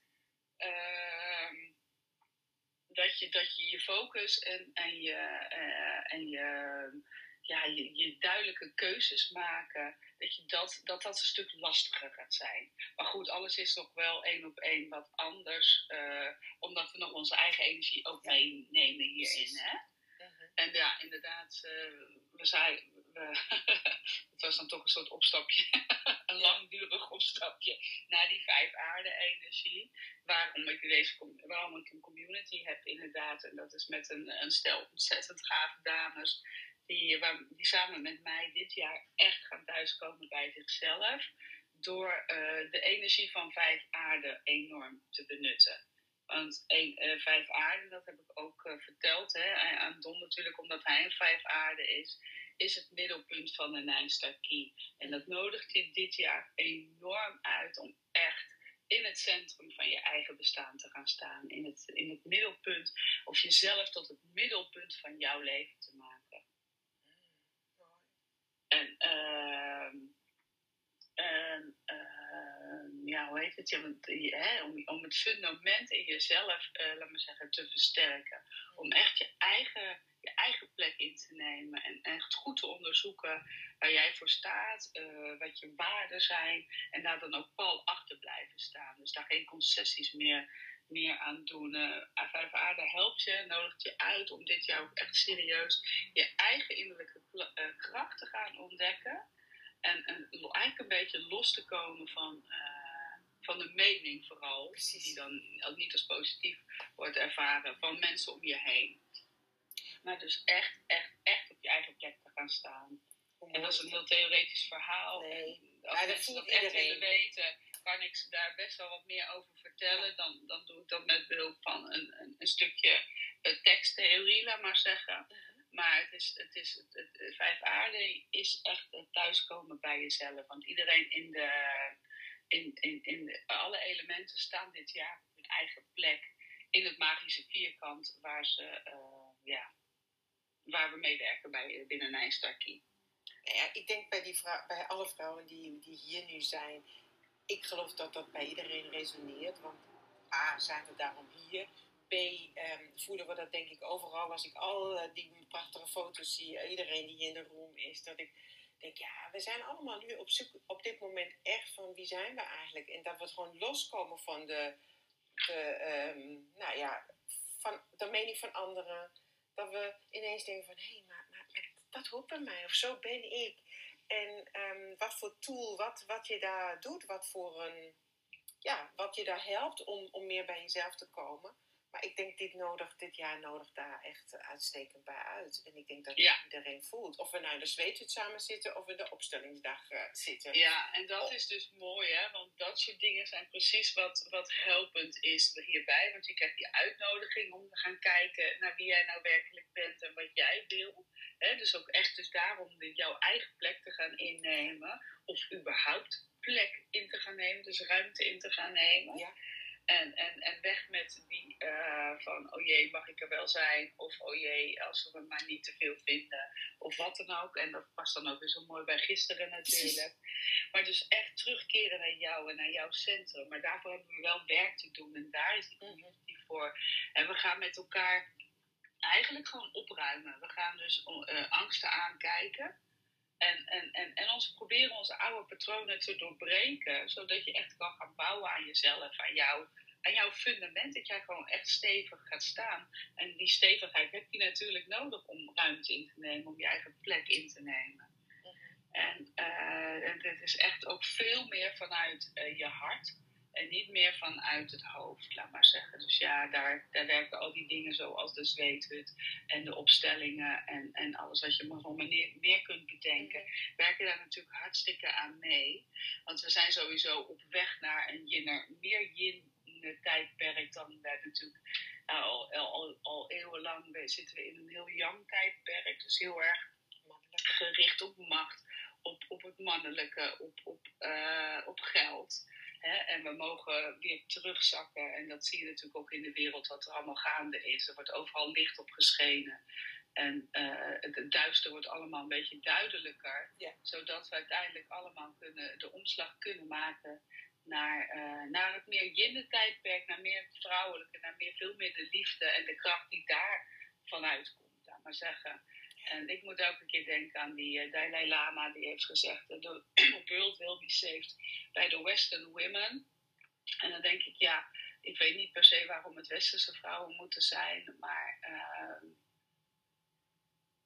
Dat je focus en je duidelijke keuzes maken, dat een stuk lastiger gaat zijn. Maar goed, alles is nog wel 1 op 1 wat anders, omdat we nog onze eigen energie ook meenemen hierin. Hè? Uh-huh. En ja, inderdaad, het was dan toch een soort opstapje, een langdurig opstapje naar die 5 aarde energie. Waarom ik een community heb inderdaad. En dat is met een stel ontzettend gave dames die samen met mij dit jaar echt gaan thuiskomen bij zichzelf. Door de energie van 5 aarde enorm te benutten. Want 5 aarde, dat heb ik ook verteld aan Don natuurlijk, omdat hij een 5 aarde is het middelpunt van de Nine-Star Key. En dat nodigt je dit jaar enorm uit om echt in het centrum van je eigen bestaan te gaan staan. In het middelpunt, of jezelf tot het middelpunt van jouw leven te maken. Hoe heet het? Om het fundament in jezelf, laat maar zeggen, te versterken. Om echt je eigen plek in te nemen. En echt goed te onderzoeken waar jij voor staat. Wat je waarden zijn. En daar dan ook pal achter blijven staan. Dus daar geen concessies meer aan doen. 5 aarde helpt je, nodigt je uit om dit jaar ook echt serieus je eigen innerlijke kracht te gaan ontdekken. En eigenlijk een beetje los te komen van de mening vooral. Precies. Die dan ook niet als positief wordt ervaren van mensen om je heen. Maar dus echt op je eigen plek te gaan staan. En dat is een heel theoretisch verhaal. Nee. Als mensen dat echt willen weten, kan ik ze daar best wel wat meer over vertellen. Dan doe ik dat met behulp van een stukje teksttheorie, laat maar zeggen. Maar het 5 aarde is echt het thuiskomen bij jezelf. Want iedereen in alle elementen staan dit jaar op hun eigen plek. In het magische vierkant waar we meewerken binnen Nine-Star Key. Ja, ik denk bij alle vrouwen die hier nu zijn, ik geloof dat dat bij iedereen resoneert. Want A, zijn we daarom hier. B, voelen we dat denk ik overal. Als ik al die prachtige foto's zie, iedereen die in de room is, dat ik denk, ja, we zijn allemaal nu op zoek op dit moment echt van wie zijn we eigenlijk. En dat we gewoon loskomen van van de mening van anderen. Dat we ineens denken van, hé, maar dat hoort bij mij, of zo ben ik. En wat voor tool, wat je daar doet, wat je daar helpt om meer bij jezelf te komen. Maar ik denk dit jaar nodigt daar echt uitstekend bij uit. En ik denk dat iedereen voelt. Of we nou in de zweethut samen zitten of in de opstellingsdag zitten. Ja, en dat is dus mooi, hè. Want dat soort dingen zijn precies wat helpend is hierbij. Want je krijgt die uitnodiging om te gaan kijken naar wie jij nou werkelijk bent en wat jij wil. Dus ook echt dus daarom jouw eigen plek te gaan innemen. Of überhaupt plek in te gaan nemen, dus ruimte in te gaan nemen. Ja. En weg met die van, oh jee, mag ik er wel zijn? Of oh jee, als we maar niet te veel vinden. Of wat dan ook. En dat past dan ook weer zo mooi bij gisteren natuurlijk. Maar dus echt terugkeren naar jou en naar jouw centrum. Maar daarvoor hebben we wel werk te doen. En daar is die community voor. En we gaan met elkaar eigenlijk gewoon opruimen. We gaan dus angsten aankijken. En proberen onze oude patronen te doorbreken. Zodat je echt kan gaan bouwen aan jezelf. Aan jouw fundament. Dat jij gewoon echt stevig gaat staan. En die stevigheid heb je natuurlijk nodig om ruimte in te nemen. Om je eigen plek in te nemen. En dit is echt ook veel meer vanuit je hart. En niet meer vanuit het hoofd, laat maar zeggen. Dus ja, daar werken al die dingen zoals de zweethut en de opstellingen en alles wat je maar meer kunt bedenken. Werken daar natuurlijk hartstikke aan mee. Want we zijn sowieso op weg naar een meer yin-tijdperk dan we natuurlijk al eeuwenlang zitten we in een heel yang-tijdperk. Dus heel erg gericht op macht, op het mannelijke, op geld. En we mogen weer terugzakken. En dat zie je natuurlijk ook in de wereld wat er allemaal gaande is. Er wordt overal licht op geschenen. En het duister wordt allemaal een beetje duidelijker. Yeah. Zodat we uiteindelijk allemaal de omslag kunnen maken naar het meer yin-tijdperk. Naar meer vrouwelijke, naar veel meer de liefde en de kracht die daar vanuit komt. Laat maar zeggen. En ik moet elke keer denken aan die Dalai Lama die heeft gezegd, the world will be saved by the Western women. En dan denk ik, ja, ik weet niet per se waarom het westerse vrouwen moeten zijn, maar ik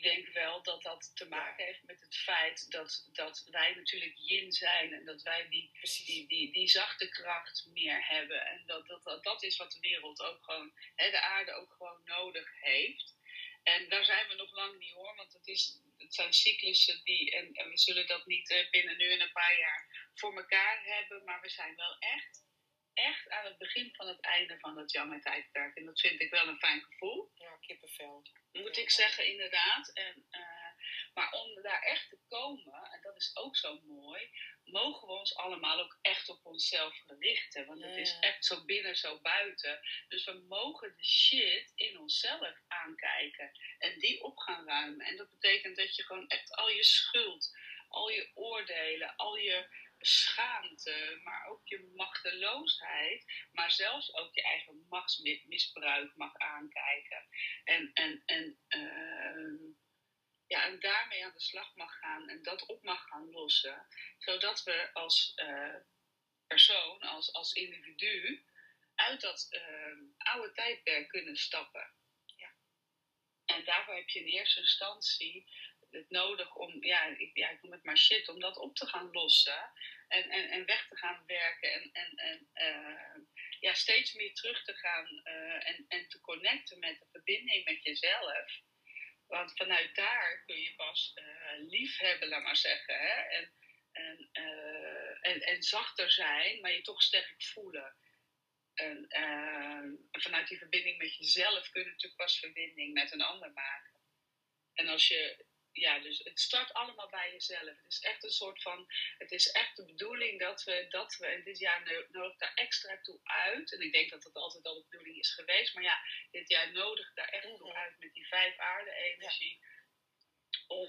denk wel dat dat te maken heeft met het feit dat wij natuurlijk yin zijn. En dat wij die zachte kracht meer hebben. En dat is wat de wereld ook gewoon, de aarde ook gewoon nodig heeft. En daar zijn we nog lang niet hoor. Want het zijn cyclussen en we zullen dat niet binnen nu en een paar jaar voor elkaar hebben. Maar we zijn wel echt aan het begin van het einde van het Yang-tijdperk. En dat vind ik wel een fijn gevoel. Ja, kippenvel. Moet ik zeggen, inderdaad. Maar om daar echt te komen, en dat is ook zo mooi, mogen we ons allemaal ook echt op onszelf richten. Want het is echt zo binnen, zo buiten. Dus we mogen de shit in onszelf aankijken. En die op gaan ruimen. En dat betekent dat je gewoon echt al je schuld, al je oordelen, al je schaamte, maar ook je machteloosheid, maar zelfs ook je eigen machtsmisbruik mag aankijken. En daarmee aan de slag mag gaan en dat op mag gaan lossen, zodat we als persoon, als individu, uit dat oude tijdperk kunnen stappen. Ja. En daarvoor heb je in eerste instantie het nodig om, ik noem het maar shit, om dat op te gaan lossen en weg te gaan werken en steeds meer terug te gaan en te connecten met de verbinding met jezelf. Want vanuit daar kun je pas lief hebben, laat maar zeggen, hè? En zachter zijn, maar je toch sterk voelen. En vanuit die verbinding met jezelf kun je natuurlijk pas verbinding met een ander maken. En als je, dus het start allemaal bij jezelf. Het is echt een soort van, het is echt de bedoeling dat we en dit jaar nodig daar extra toe uit. En ik denk dat dat altijd al de bedoeling is geweest. Maar dit jaar nodig daar echt toe uit met die 5 aarde-energie. Om,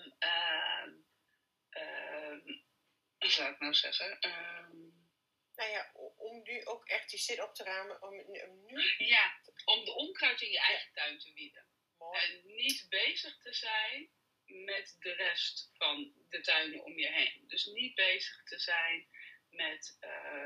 hoe zou ik nou zeggen? Om nu ook echt die shit op te ruimen. Om de onkruid in je eigen tuin te wieden. Mooi. En niet bezig te zijn met de rest van de tuinen om je heen. Dus niet bezig te zijn met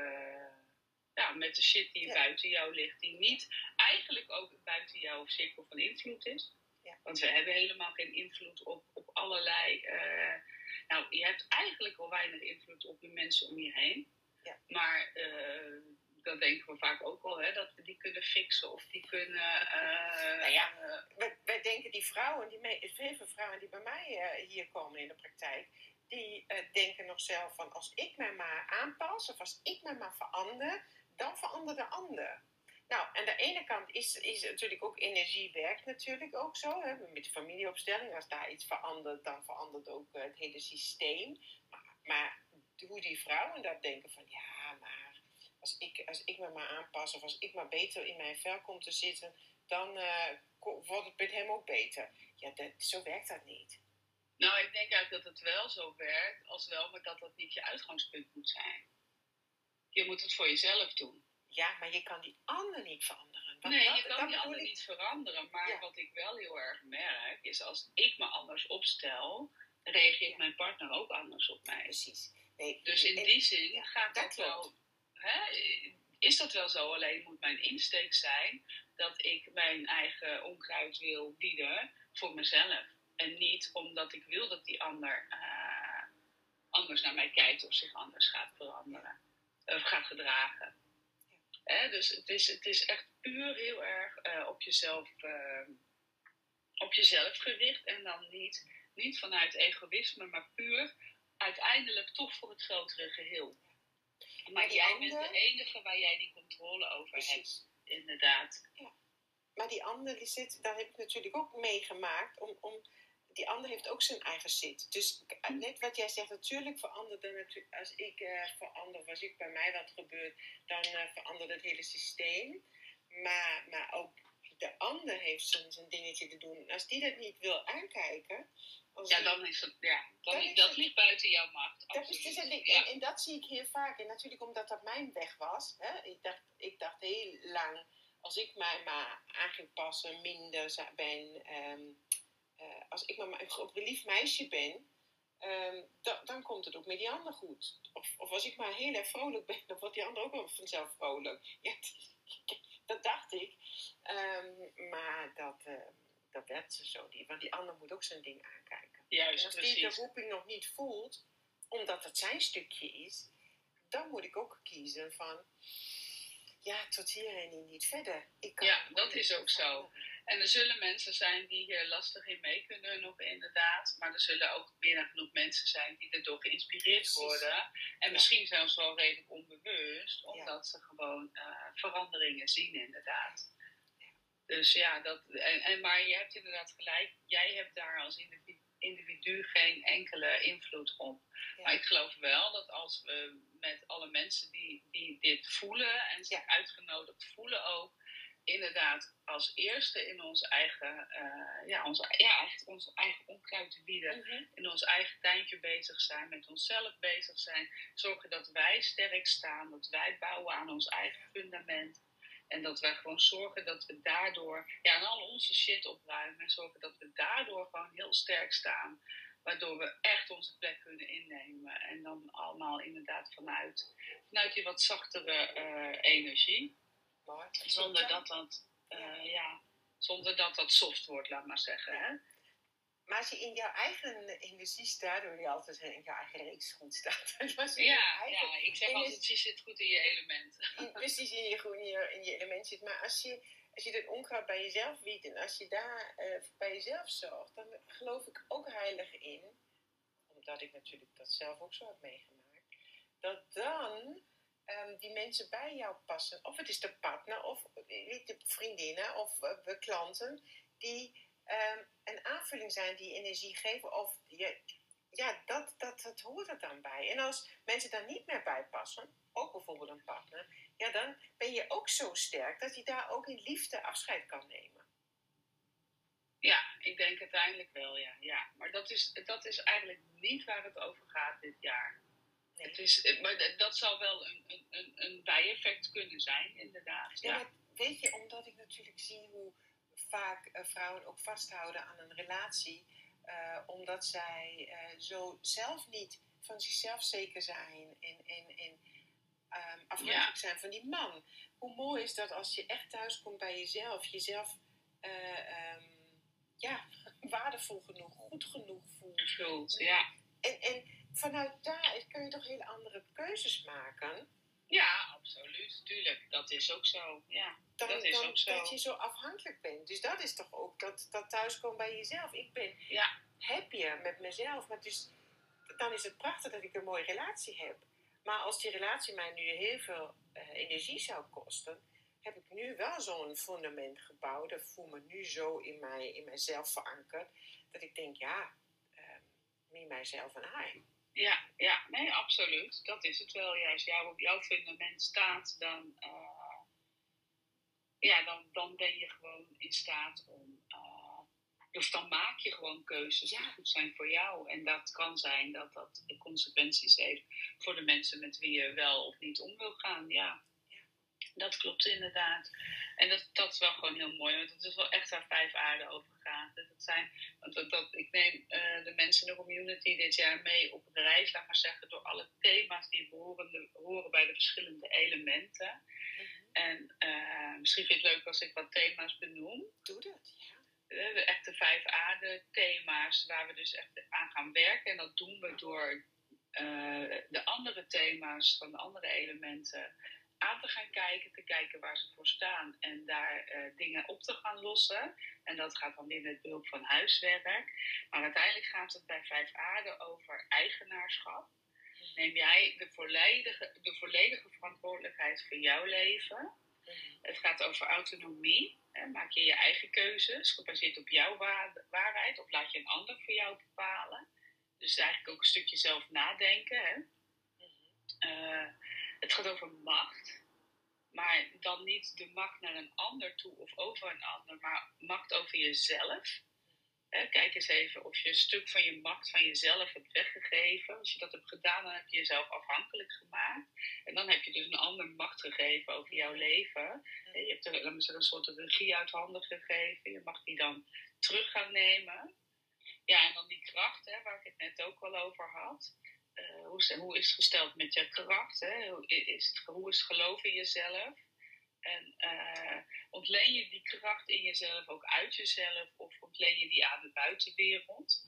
de shit die buiten jou ligt. Die niet eigenlijk ook buiten jouw cirkel van invloed is. Ja. Want we hebben helemaal geen invloed op allerlei... je hebt eigenlijk al weinig invloed op de mensen om je heen. Ja. Maar... dat denken we vaak ook al, hè, dat we die kunnen fixen of die kunnen... wij denken die vrouwen, veel vrouwen die bij mij hier komen in de praktijk, die denken nog zelf van, als ik mij maar aanpas of als ik mij maar verander, dan verandert de ander. Nou, aan de ene kant is natuurlijk ook energie werkt natuurlijk ook zo, hè, met de familieopstelling. Als daar iets verandert, dan verandert ook het hele systeem. Maar hoe die vrouwen dat denken van, ja, maar als ik me maar aanpas of als ik maar beter in mijn vel kom te zitten, dan wordt het met hem ook beter. Ja, zo werkt dat niet. Nou, ik denk eigenlijk dat het wel zo werkt, maar dat dat niet je uitgangspunt moet zijn. Je moet het voor jezelf doen. Ja, maar je kan die ander niet veranderen. Je kan die ander niet veranderen. Maar wat ik wel heel erg merk, is als ik me anders opstel, reageert mijn partner ook anders op mij. Precies. Dus in die zin gaat dat wel... is dat wel zo, alleen moet mijn insteek zijn dat ik mijn eigen onkruid wil bieden voor mezelf. En niet omdat ik wil dat die ander anders naar mij kijkt of zich anders gaat veranderen. Of gaat gedragen. Dus het is echt puur heel erg op jezelf gericht. En dan niet vanuit egoïsme, maar puur uiteindelijk toch voor het grotere geheel. Maar jij bent de enige waar jij die controle over hebt. Inderdaad. Ja. Maar die ander die zit, daar heb ik natuurlijk ook meegemaakt. Die ander heeft ook zijn eigen zit. Dus net wat jij zegt, natuurlijk verandert er natuurlijk. Als ik verander, als ik bij mij wat gebeurt, dan verandert het hele systeem. Maar ook de ander heeft zijn dingetje te doen. Als die dat niet wil aankijken. Dan is het, dat ligt buiten jouw macht. En dat zie ik heel vaak. En natuurlijk omdat dat mijn weg was. Hè? Ik dacht heel lang, als ik mij maar aan ging passen, minder ben. Als ik maar een lief meisje ben, dan komt het ook met die ander goed. Of als ik maar heel erg vrolijk ben, dan wordt die ander ook wel vanzelf vrolijk. Ja, dat dacht ik. Maar dat dat zo niet. Want die ander moet ook zijn ding aankijken. Juist, en als precies. die de roeping nog niet voelt, omdat het zijn stukje is, dan moet ik ook kiezen van, ja, tot hier en niet verder. Dat is ook zo. En er zullen mensen zijn die hier lastig in mee kunnen nog inderdaad. Maar er zullen ook meer dan genoeg mensen zijn die erdoor geïnspireerd worden. En misschien zelfs wel redelijk onbewust. Omdat ze gewoon veranderingen zien inderdaad. Dus ja, maar je hebt inderdaad gelijk. Jij hebt daar als individu geen enkele invloed op. Ja. Maar ik geloof wel dat als we met alle mensen die dit voelen en zich uitgenodigd voelen ook, inderdaad als eerste in ons eigen, onze eigen onkruid te bieden, in ons eigen tuintje bezig zijn, met onszelf bezig zijn, zorgen dat wij sterk staan, dat wij bouwen aan ons eigen fundament. En dat wij gewoon zorgen dat we daardoor, en al onze shit opruimen. En zorgen dat we daardoor gewoon heel sterk staan. Waardoor we echt onze plek kunnen innemen. En dan allemaal inderdaad vanuit die wat zachtere energie. Zonder dat dat soft wordt, laat maar zeggen. Hè? Maar als je in jouw eigen energie staat, doe je altijd in jouw eigen reeks goed staat. Ik zeg altijd, je zit goed in je element. Precies, in je element zit. Maar als je dat onkruid bij jezelf wiet en als je daar bij jezelf zorgt, dan geloof ik ook heilig in, omdat ik natuurlijk dat zelf ook zo heb meegemaakt, dat dan die mensen bij jou passen. Of het is de partner, of de vriendinnen, of klanten, die een aanvulling zijn die energie geven. Of dat hoort er dan bij. En als mensen daar niet meer bij passen, ook bijvoorbeeld een partner, dan ben je ook zo sterk dat je daar ook in liefde afscheid kan nemen. Ja, ik denk uiteindelijk wel, ja. Maar dat is eigenlijk niet waar het over gaat dit jaar. Nee. Maar dat zal wel een bijeffect kunnen zijn, inderdaad. Ja, maar weet je, omdat ik natuurlijk zie hoe vaak vrouwen ook vasthouden aan een relatie, omdat zij zo zelf niet van zichzelf zeker zijn en afhankelijk zijn van die man. Hoe mooi is dat als je echt thuis komt bij jezelf waardevol genoeg, goed genoeg voelt. Ja. En vanuit daar kun je toch hele andere keuzes maken. Ja, absoluut. Tuurlijk. Dat is ook zo. Ja, dat is ook zo. Dat je zo afhankelijk bent. Dus dat is toch ook dat thuiskomen bij jezelf. Ik ben happier met mezelf. Maar dus, dan is het prachtig dat ik een mooie relatie heb. Maar als die relatie mij nu heel veel energie zou kosten, heb ik nu wel zo'n fundament gebouwd. Dat voel me nu zo in mijzelf verankerd. Dat ik denk, me, mijzelf en I. Ja, nee, absoluut. Dat is het wel. Juist jouw fundament staat, dan ben je gewoon in staat om... Dus dan maak je gewoon keuzes die goed zijn voor jou. En dat kan zijn dat dat consequenties heeft voor de mensen met wie je wel of niet om wil gaan. Ja, dat klopt inderdaad. En dat is wel gewoon heel mooi. Want het is wel echt waar 5 aarden over gaat. Ik neem de mensen in de community dit jaar mee op een reis, laat maar zeggen, door alle thema's die horen bij de verschillende elementen. En misschien vind je het leuk als ik wat thema's benoem. Doe dat, ja. De echte 5 aarde thema's waar we dus echt aan gaan werken. En dat doen we door de andere thema's van de andere elementen aan te gaan kijken, te kijken waar ze voor staan en daar dingen op te gaan lossen. En dat gaat dan weer met behulp van huiswerk. Maar uiteindelijk gaat het bij 5 aarde over eigenaarschap. Neem jij de volledige verantwoordelijkheid voor jouw leven. Het gaat over autonomie. Maak je je eigen keuzes, gebaseerd op jouw waarheid, of laat je een ander voor jou bepalen. Dus eigenlijk ook een stukje zelf nadenken. Hè? Het gaat over macht, maar dan niet de macht naar een ander toe of over een ander, maar macht over jezelf. Kijk eens even of je een stuk van je macht van jezelf hebt weggegeven. Als je dat hebt gedaan, dan heb je jezelf afhankelijk gemaakt. En dan heb je dus een ander macht gegeven over jouw leven. Je hebt er, laat me zeggen, een soort regie uit handen gegeven. Je mag die dan terug gaan nemen. Ja, en dan die kracht, waar ik het net ook al over had. Hoe is het gesteld met je kracht? Hoe is het geloof in jezelf? En ontleen je die kracht in jezelf ook uit jezelf of ontleen je die aan de buitenwereld?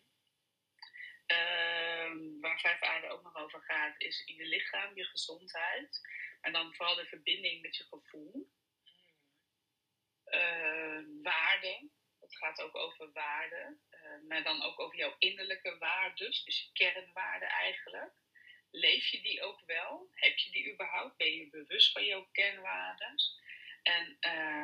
Waar 5 aarde ook nog over gaat, is in je lichaam, je gezondheid. En dan vooral de verbinding met je gevoel. Waarden. Het gaat ook over waarden. Maar dan ook over jouw innerlijke waarden. Dus je kernwaarden eigenlijk. Leef je die ook wel? Heb je die überhaupt? Ben je bewust van jouw kernwaarden? En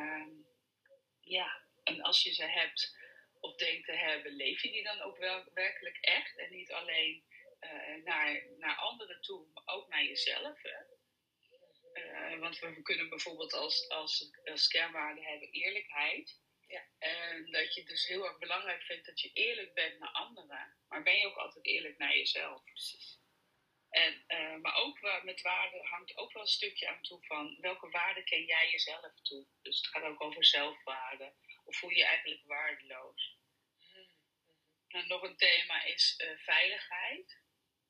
en als je ze hebt of denkt te hebben, leef je die dan ook wel werkelijk echt? En niet alleen naar anderen toe, maar ook naar jezelf. Hè? Want we kunnen bijvoorbeeld als kernwaarde hebben eerlijkheid. Ja. En dat je dus heel erg belangrijk vindt dat je eerlijk bent naar anderen. Maar ben je ook altijd eerlijk naar jezelf? Precies. Maar ook met waarde hangt ook wel een stukje aan toe van welke waarde ken jij jezelf toe. Dus het gaat ook over zelfwaarde. Of voel je je eigenlijk waardeloos? En nog een thema is veiligheid.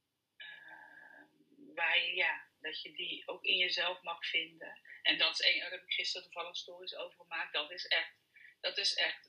Dat je die ook in jezelf mag vinden. En dat is daar heb ik gisteren toevallig stories over gemaakt. Dat is echt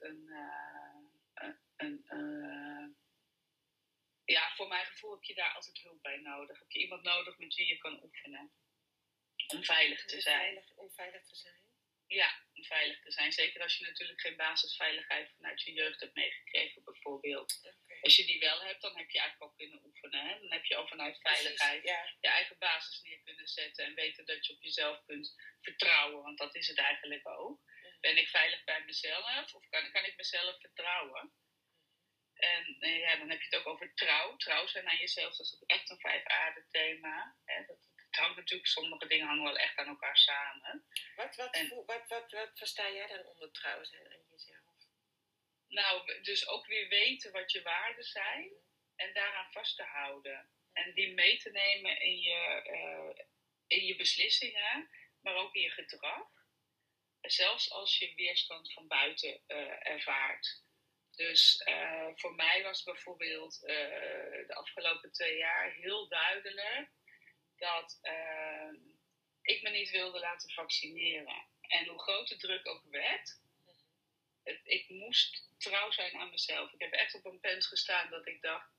voor mijn gevoel heb je daar altijd hulp bij nodig. Heb je iemand nodig met wie je kan oefenen. Om veilig te zijn. Om veilig te zijn? Ja, om veilig te zijn. Zeker als je natuurlijk geen basisveiligheid vanuit je jeugd hebt meegekregen bijvoorbeeld. Okay. Als je die wel hebt, dan heb je eigenlijk al kunnen oefenen. Hè? Dan heb je al vanuit veiligheid je eigen basis neer kunnen zetten. En weten dat je op jezelf kunt vertrouwen. Want dat is het eigenlijk ook. Ben ik veilig bij mezelf? Of kan ik mezelf vertrouwen? En dan heb je het ook over trouw. Trouw zijn aan jezelf, dat is ook echt een 5 aarde thema. Hè? Het hangt natuurlijk, sommige dingen hangen wel echt aan elkaar samen. Wat versta jij dan onder trouw zijn aan jezelf? Nou, dus ook weer weten wat je waarden zijn en daaraan vast te houden. En die mee te nemen in je beslissingen, maar ook in je gedrag. Zelfs als je weerstand van buiten ervaart. Dus voor mij was bijvoorbeeld de afgelopen 2 jaar heel duidelijk dat ik me niet wilde laten vaccineren. En hoe groot de druk ook werd, ik moest trouw zijn aan mezelf. Ik heb echt op een punt gestaan dat ik dacht,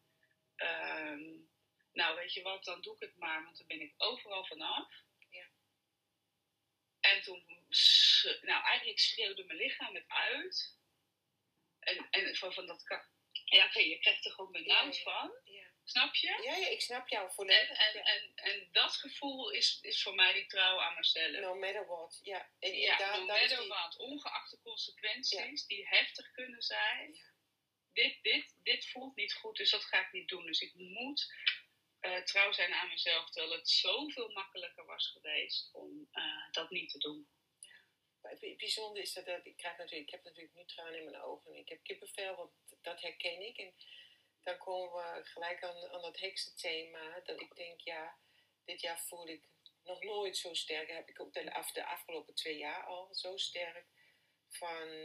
nou weet je wat, dan doe ik het maar, want dan ben ik overal vanaf. Ja. En toen, eigenlijk schreeuwde mijn lichaam het uit. En van dat kan. Ja, je krijgt er gewoon benauwd van. Ja. Snap je? Ja, ik snap jou volledig. En dat gevoel is voor mij die trouw aan mezelf. No matter what. Ja, no matter what. Ongeacht de consequenties die heftig kunnen zijn. Ja. Dit voelt niet goed, dus dat ga ik niet doen. Dus ik moet trouw zijn aan mezelf. Terwijl het zoveel makkelijker was geweest om dat niet te doen. Het bijzondere is dat ik heb natuurlijk nu tranen in mijn ogen. Ik heb kippenvel, want dat herken ik. En dan komen we gelijk aan dat heksenthema. Dat ik denk, dit jaar voel ik nog nooit zo sterk. Heb ik ook de afgelopen 2 jaar al zo sterk. Van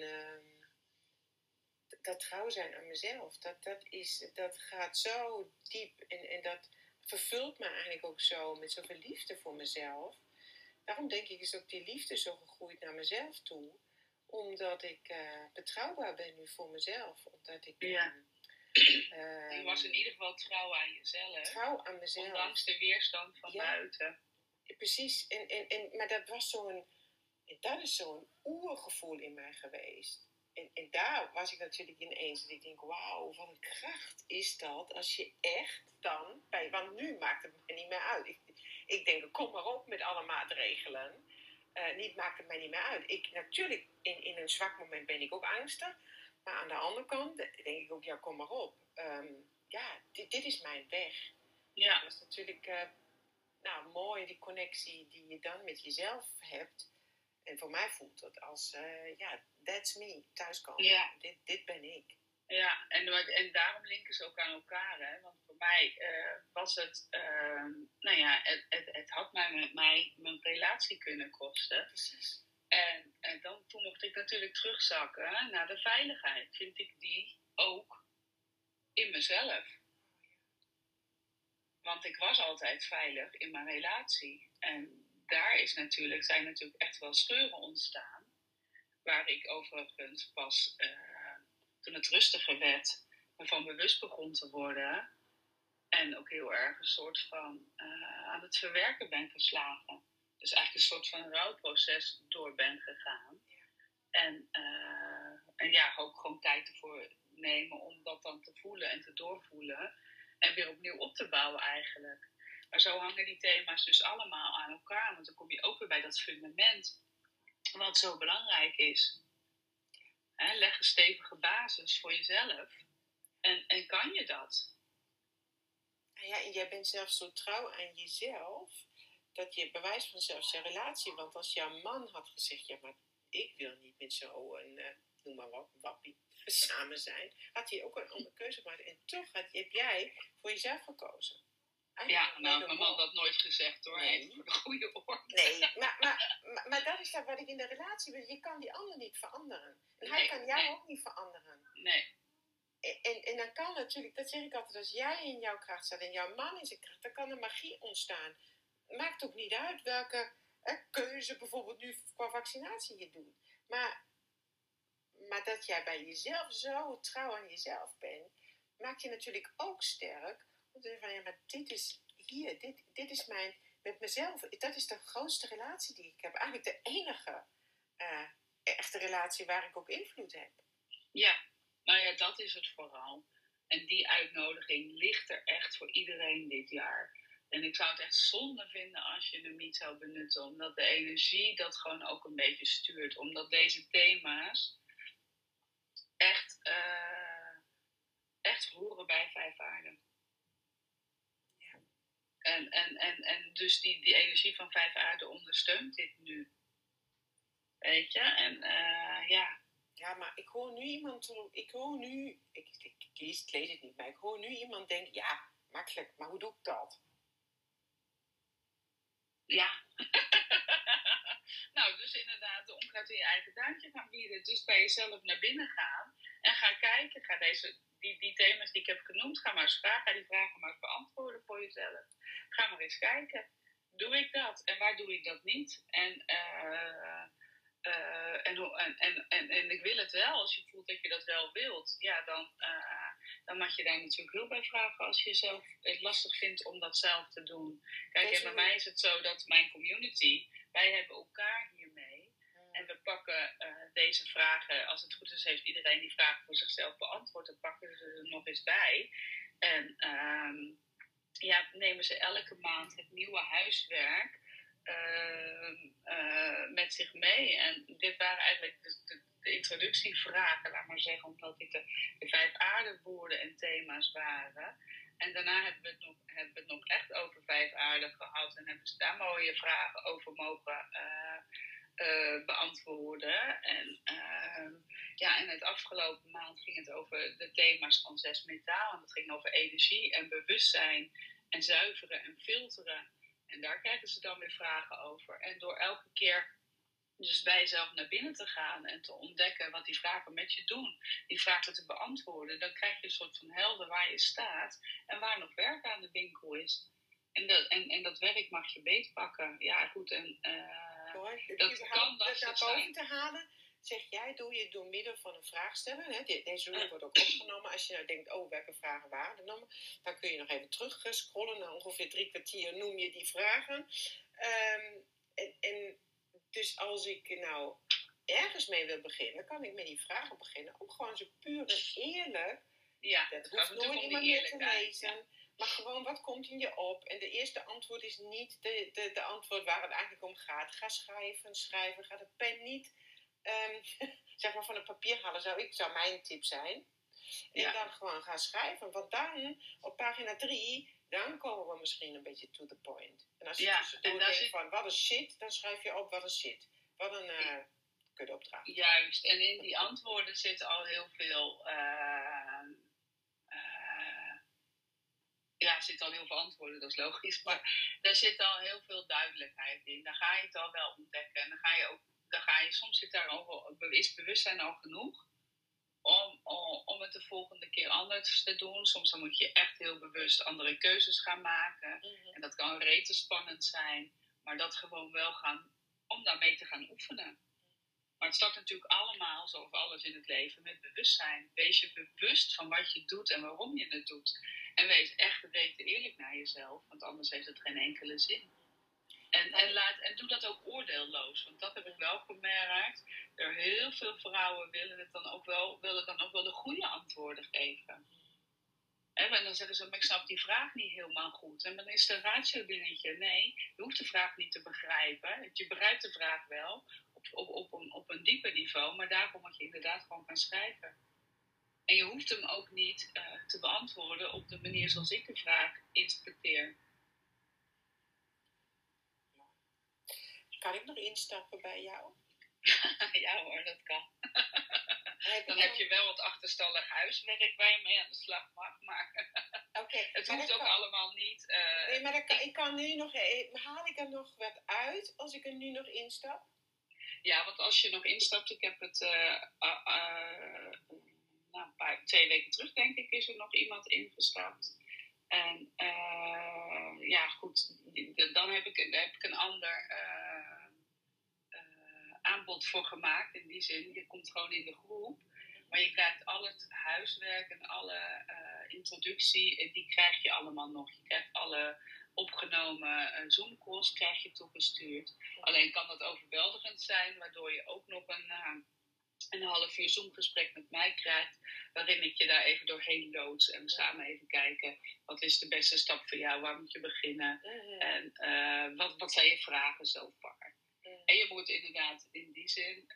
dat trouw zijn aan mezelf. Dat gaat zo diep. En dat vervult me eigenlijk ook zo met zoveel liefde voor mezelf. Daarom denk ik is ook die liefde zo gegroeid naar mezelf toe. Omdat ik betrouwbaar ben nu voor mezelf. Omdat ik... je was in ieder geval trouw aan jezelf. Trouw aan mezelf. Ondanks de weerstand van buiten. Precies. Maar dat is zo'n oergevoel in mij geweest. En daar was ik natuurlijk ineens. En ik denk, wauw, wat een kracht is dat. Als je echt dan... Want nu maakt het me niet meer uit. Ik denk, kom maar op met alle maatregelen. Niet maakt het mij niet meer uit. Natuurlijk, in een zwak moment ben ik ook angstig. Maar aan de andere kant denk ik ook, kom maar op. Dit is mijn weg. Ja. Dat is natuurlijk mooi, die connectie die je dan met jezelf hebt. En voor mij voelt het als, that's me, thuiskomen. Ja. Dit ben ik. Ja, en daarom linken ze ook aan elkaar. Hè? Want voor mij was het, het had mij mijn relatie kunnen kosten. Precies. En toen mocht ik natuurlijk terugzakken naar de veiligheid. Vind ik die ook in mezelf. Want ik was altijd veilig in mijn relatie. En daar zijn natuurlijk echt wel scheuren ontstaan. Waar ik overigens pas, toen het rustiger werd, me van bewust begon te worden. En ook heel erg een soort van aan het verwerken ben geslagen. Dus eigenlijk een soort van rouwproces door ben gegaan. En ja, ook gewoon tijd ervoor nemen om dat dan te voelen en te doorvoelen. En weer opnieuw op te bouwen eigenlijk. Maar zo hangen die thema's dus allemaal aan elkaar. Want dan kom je ook weer bij dat fundament. Wat zo belangrijk is. Leg een stevige basis voor jezelf. En kan je dat? Ja, en jij bent zelfs zo trouw aan jezelf. Dat je bewijst van zelfs je relatie. Want als jouw man had gezegd, ja, maar ik wil niet met zo'n, noem maar wat, wappie, samen zijn. Had hij ook een andere keuze gemaakt. En toch heb jij voor jezelf gekozen. Ja, nou, mijn man had nooit gezegd hoor. Nee. Even voor de goede orde. Nee, maar dat is wat ik in de relatie wil. Je kan die ander niet veranderen. En hij kan jou ook niet veranderen. Nee. En dan kan natuurlijk, dat zeg ik altijd, als jij in jouw kracht staat en jouw man in zijn kracht, dan kan er magie ontstaan. Het maakt ook niet uit welke keuze bijvoorbeeld nu qua vaccinatie je doet. Maar dat jij bij jezelf zo trouw aan jezelf bent, maakt je natuurlijk ook sterk. Om te zeggen van, ja, maar dit is hier, dit is mijn, met mezelf, dat is de grootste relatie die ik heb. Eigenlijk de enige echte relatie waar ik ook invloed heb. Ja, nou ja, dat is het vooral. En die uitnodiging ligt er echt voor iedereen dit jaar. En ik zou het echt zonde vinden als je hem niet zou benutten. Omdat de energie dat gewoon ook een beetje stuurt. Omdat deze thema's echt horen bij 5 aarden. Ja. En dus die energie van 5 aarden ondersteunt dit nu. Weet je? En ja. Ja, maar ik hoor nu iemand, ik lees het niet, maar ik hoor nu iemand denken, ja, makkelijk, maar hoe doe ik dat? Ja. Nou, dus inderdaad de onkruid in je eigen tuintje gaan bieden. Dus bij jezelf naar binnen gaan en gaan kijken. Ga die thema's die ik heb genoemd, ga maar eens vragen. Ga die vragen maar eens beantwoorden voor jezelf. Ga maar eens kijken. Doe ik dat? En waar doe ik dat niet? En ik wil het wel. Als je voelt dat je dat wel wilt, ja, dan mag je daar natuurlijk hulp bij vragen als je zelf het lastig vindt om dat zelf te doen. Kijk, en bij mij is het zo dat mijn community, wij hebben elkaar hiermee. En we pakken deze vragen, als het goed is, heeft iedereen die vragen voor zichzelf beantwoord. Dan pakken ze er nog eens bij. En nemen ze elke maand het nieuwe huiswerk met zich mee. En dit waren eigenlijk de introductievragen, laat maar zeggen, omdat dit de 5 aardewoorden en thema's waren. En daarna hebben we het nog echt over 5 aarden gehad en hebben ze daar mooie vragen over mogen beantwoorden. En het afgelopen maand ging het over de thema's van 6 metaal. En dat ging over energie en bewustzijn en zuiveren en filteren. En daar krijgen ze dan weer vragen over. En door elke keer dus bij jezelf naar binnen te gaan en te ontdekken wat die vragen met je doen, die vragen te beantwoorden, dan krijg je een soort van helder waar je staat en waar nog werk aan de winkel is. En dat werk mag je beetpakken. Ja, goed. En dat kan lastig zijn. Te halen, zeg jij, doe je door middel van een vraag stellen. Hè? Deze room wordt ook opgenomen. Als je nou denkt, welke vragen waren er dan? Dan kun je nog even terug scrollen. Na ongeveer 3 kwartier noem je die vragen. Dus als ik nou ergens mee wil beginnen, kan ik met die vragen beginnen. Ook gewoon zo puur en eerlijk. Ja, dat hoeft nooit iemand meer te lezen. Ja. Maar gewoon, wat komt in je op? En de eerste antwoord is niet de antwoord waar het eigenlijk om gaat. Ga schrijven. Ga de pen niet zeg maar van het papier halen. Zou mijn tip zijn. En dan gewoon gaan schrijven. Want dan, op pagina 3, dan komen we misschien een beetje to the point. En als je tussendoor denkt van, wat is shit, dan schrijf je op, wat is shit. Wat een kutopdracht. Juist, en in die antwoorden zit al heel veel... er zitten al heel veel antwoorden, dat is logisch. Maar daar zit al heel veel duidelijkheid in. Dan ga je het al wel ontdekken. En soms zit daar al bewustzijn al genoeg om het de volgende keer anders te doen. Soms dan moet je echt heel bewust andere keuzes gaan maken. Mm-hmm. En dat kan rete spannend zijn. Maar dat gewoon wel om daarmee te gaan oefenen. Maar het start natuurlijk allemaal, zoals alles in het leven, met bewustzijn. Wees je bewust van wat je doet en waarom je het doet. En wees echt rete eerlijk naar jezelf, want anders heeft het geen enkele zin. En doe dat ook oordeelloos, want dat heb ik wel gemerkt. Er heel veel vrouwen willen dan ook wel de goede antwoorden geven. En dan zeggen ze, maar ik snap die vraag niet helemaal goed. En dan is het een ratio-dingetje. Nee, je hoeft de vraag niet te begrijpen. Je begrijpt de vraag wel op een dieper niveau, maar daarvoor moet je inderdaad gewoon gaan schrijven. En je hoeft hem ook niet te beantwoorden op de manier zoals ik de vraag interpreteer. Kan ik nog instappen bij jou? Ja hoor, dat kan. Dan heb je wel wat achterstallig huiswerk waar je mee aan de slag mag. Maar het hoeft ook allemaal niet. Nee, maar haal ik er nog wat uit als ik er nu nog instap? Ja, want als je nog instapt, ik heb het 2 weken terug, denk ik, is er nog iemand ingestapt. En goed, dan heb ik een ander aanbod voor gemaakt. In die zin, je komt gewoon in de groep, maar je krijgt al het huiswerk en alle introductie, die krijg je allemaal nog. Je krijgt alle opgenomen Zoom-calls krijg je toegestuurd. Alleen kan dat overweldigend zijn, waardoor je ook nog een half uur Zoom-gesprek met mij krijgt, waarin ik je daar even doorheen loods en we samen even kijken, wat is de beste stap voor jou, waar moet je beginnen en wat zijn je vragen zo far. En je moet inderdaad in die zin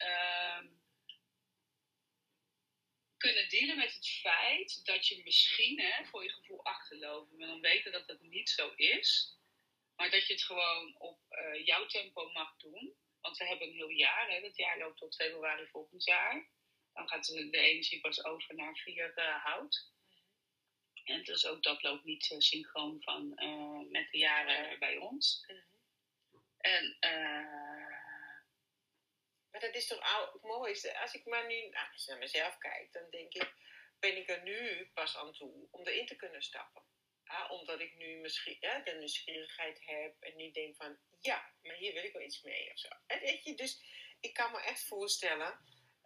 kunnen dealen met het feit dat je misschien voor je gevoel achterloopt. Maar dan weten dat het niet zo is. Maar dat je het gewoon op jouw tempo mag doen. Want we hebben een heel jaar. Dat jaar loopt tot februari volgend jaar. Dan gaat de energie pas over naar 4 hout. En dus ook dat loopt niet synchroon met de jaren bij ons. En maar dat is toch ook mooi. Als ik maar nu naar mezelf kijk, dan denk ik, ben ik er nu pas aan toe om erin te kunnen stappen. Omdat ik nu misschien de nieuwsgierigheid heb en nu denk van, ja, maar hier wil ik wel iets mee of zo. Weet je, dus ik kan me echt voorstellen,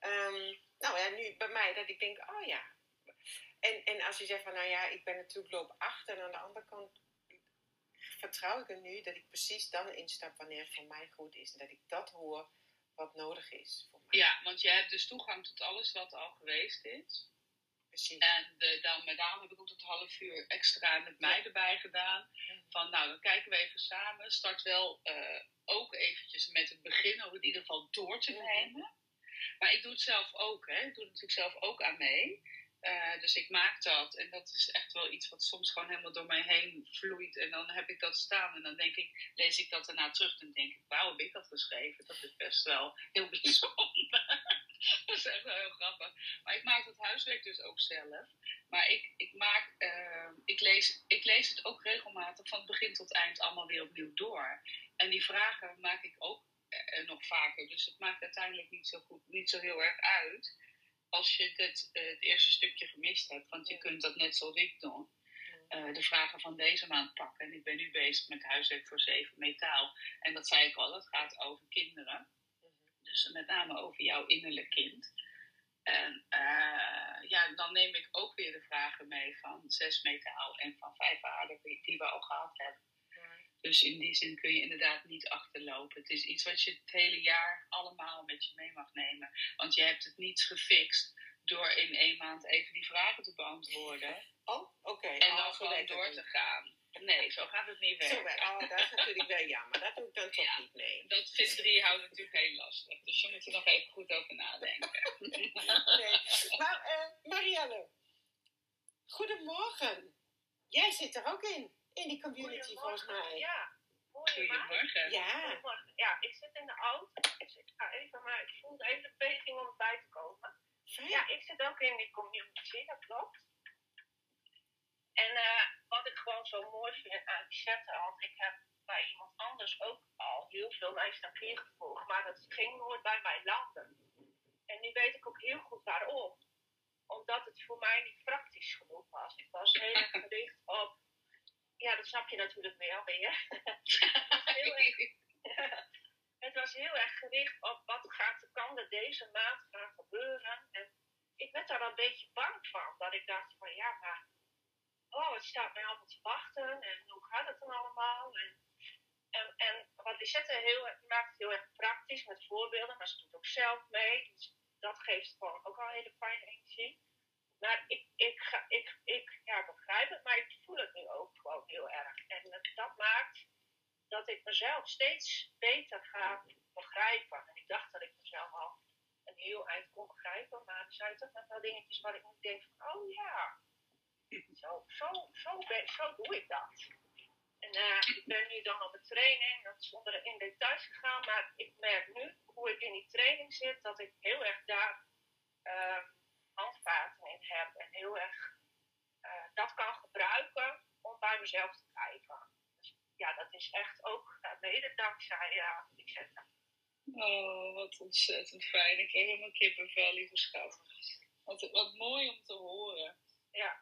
nu bij mij, dat ik denk, oh ja. En als je zegt van, nou ja, ik ben natuurlijk loop 8 en aan de andere kant vertrouw ik er nu dat ik precies dan instap wanneer het voor mij goed is. En dat ik dat hoor wat nodig is voor mij. Ja, want je hebt dus toegang tot alles wat al geweest is. Precies. En daarom heb ik ook dat half uur extra met mij erbij gedaan. Van dan kijken we even samen. Start wel ook eventjes met het begin, om in ieder geval door te nemen. Maar ik doe het zelf ook. Ik doe het natuurlijk zelf ook aan mee. Dus ik maak dat. En dat is echt wel iets wat soms gewoon helemaal door mij heen vloeit. En dan heb ik dat staan. En dan lees ik dat daarna terug. En denk ik, wauw, heb ik dat geschreven? Dat is best wel heel bijzonder. Dat is echt wel heel grappig. Maar ik maak dat huiswerk dus ook zelf. Maar ik lees het ook regelmatig van het begin tot eind allemaal weer opnieuw door. En die vragen maak ik ook nog vaker. Dus het maakt uiteindelijk niet zo heel erg uit als je het eerste stukje gemist hebt. Want je kunt dat net zoals ik doen. De vragen van deze maand pakken. En ik ben nu bezig met huiswerk voor 7 metaal. En dat zei ik al, dat gaat over kinderen. Dus met name over jouw innerlijk kind. En dan neem ik ook weer de vragen mee van 6 metaal en van 5 aarde die we al gehad hebben. Dus in die zin kun je inderdaad niet achterlopen. Het is iets wat je het hele jaar allemaal met je mee mag nemen. Want je hebt het niet gefixt door in 1 maand even die vragen te beantwoorden. Oh, oké. En dan gewoon door te gaan. Nee, zo gaat het niet werken. Dat is natuurlijk wel jammer. Dat doe ik dan toch niet mee. Dat vindt 3 houdt natuurlijk heel lastig. Dus je moet er nog even goed over nadenken. Nee. Maar Marielle, goedemorgen. Jij zit er ook in die community volgens mij. Ja, goedemorgen. Ja. Ja, ik zit in de auto. Dus ik ga even, maar ik voelde even de beweging om erbij te komen. Fijn. Ja, ik zit ook in die community, dat klopt. En wat ik gewoon zo mooi vind aan die chatten, want ik heb bij iemand anders ook al heel veel lijsttapie gevolgd, maar dat ging nooit bij mij landen. En nu weet ik ook heel goed waarom. Omdat het voor mij niet praktisch genoeg was. Ik was heel erg gericht op, ja, dat snap je natuurlijk wel weer. Het was heel erg gericht op kan er deze maand gaan gebeuren. En ik werd daar een beetje bang van. Dat ik dacht van ja, maar het staat mij allemaal te wachten. En hoe gaat het dan allemaal? En wat Lisette maakt het heel erg praktisch met voorbeelden. Maar ze doet ook zelf mee. Dus dat geeft gewoon ook al hele fijne energie. Maar ik begrijp het, maar ik voel het nu ook gewoon heel erg. En dat maakt dat ik mezelf steeds beter ga begrijpen. En ik dacht dat ik mezelf al een heel eind kon begrijpen, maar er zijn toch nog wel dingetjes waar ik nu denk van, oh ja, zo doe ik dat. En ik ben nu dan op een training, dat is onder in details gegaan, maar ik merk nu hoe ik in die training zit, dat ik heel erg daar handvaten in heb en heel erg dat kan gebruiken om bij mezelf te kijken. Dus ja, dat is echt ook mede dankzij Lisette. Oh, wat ontzettend fijn. Ik krijg helemaal kippenvel, lieve schat. Wat mooi om te horen. Ja.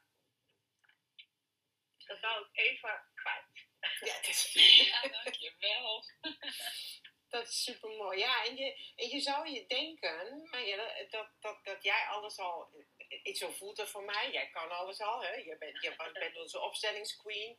Dat wou ik even kwijt. Ja, dankjewel. Dat is super mooi. Ja, en je zou je denken, dat jij alles al. Zo voelt het voor mij. Jij kan alles al, hè? Je bent onze opstellingsqueen.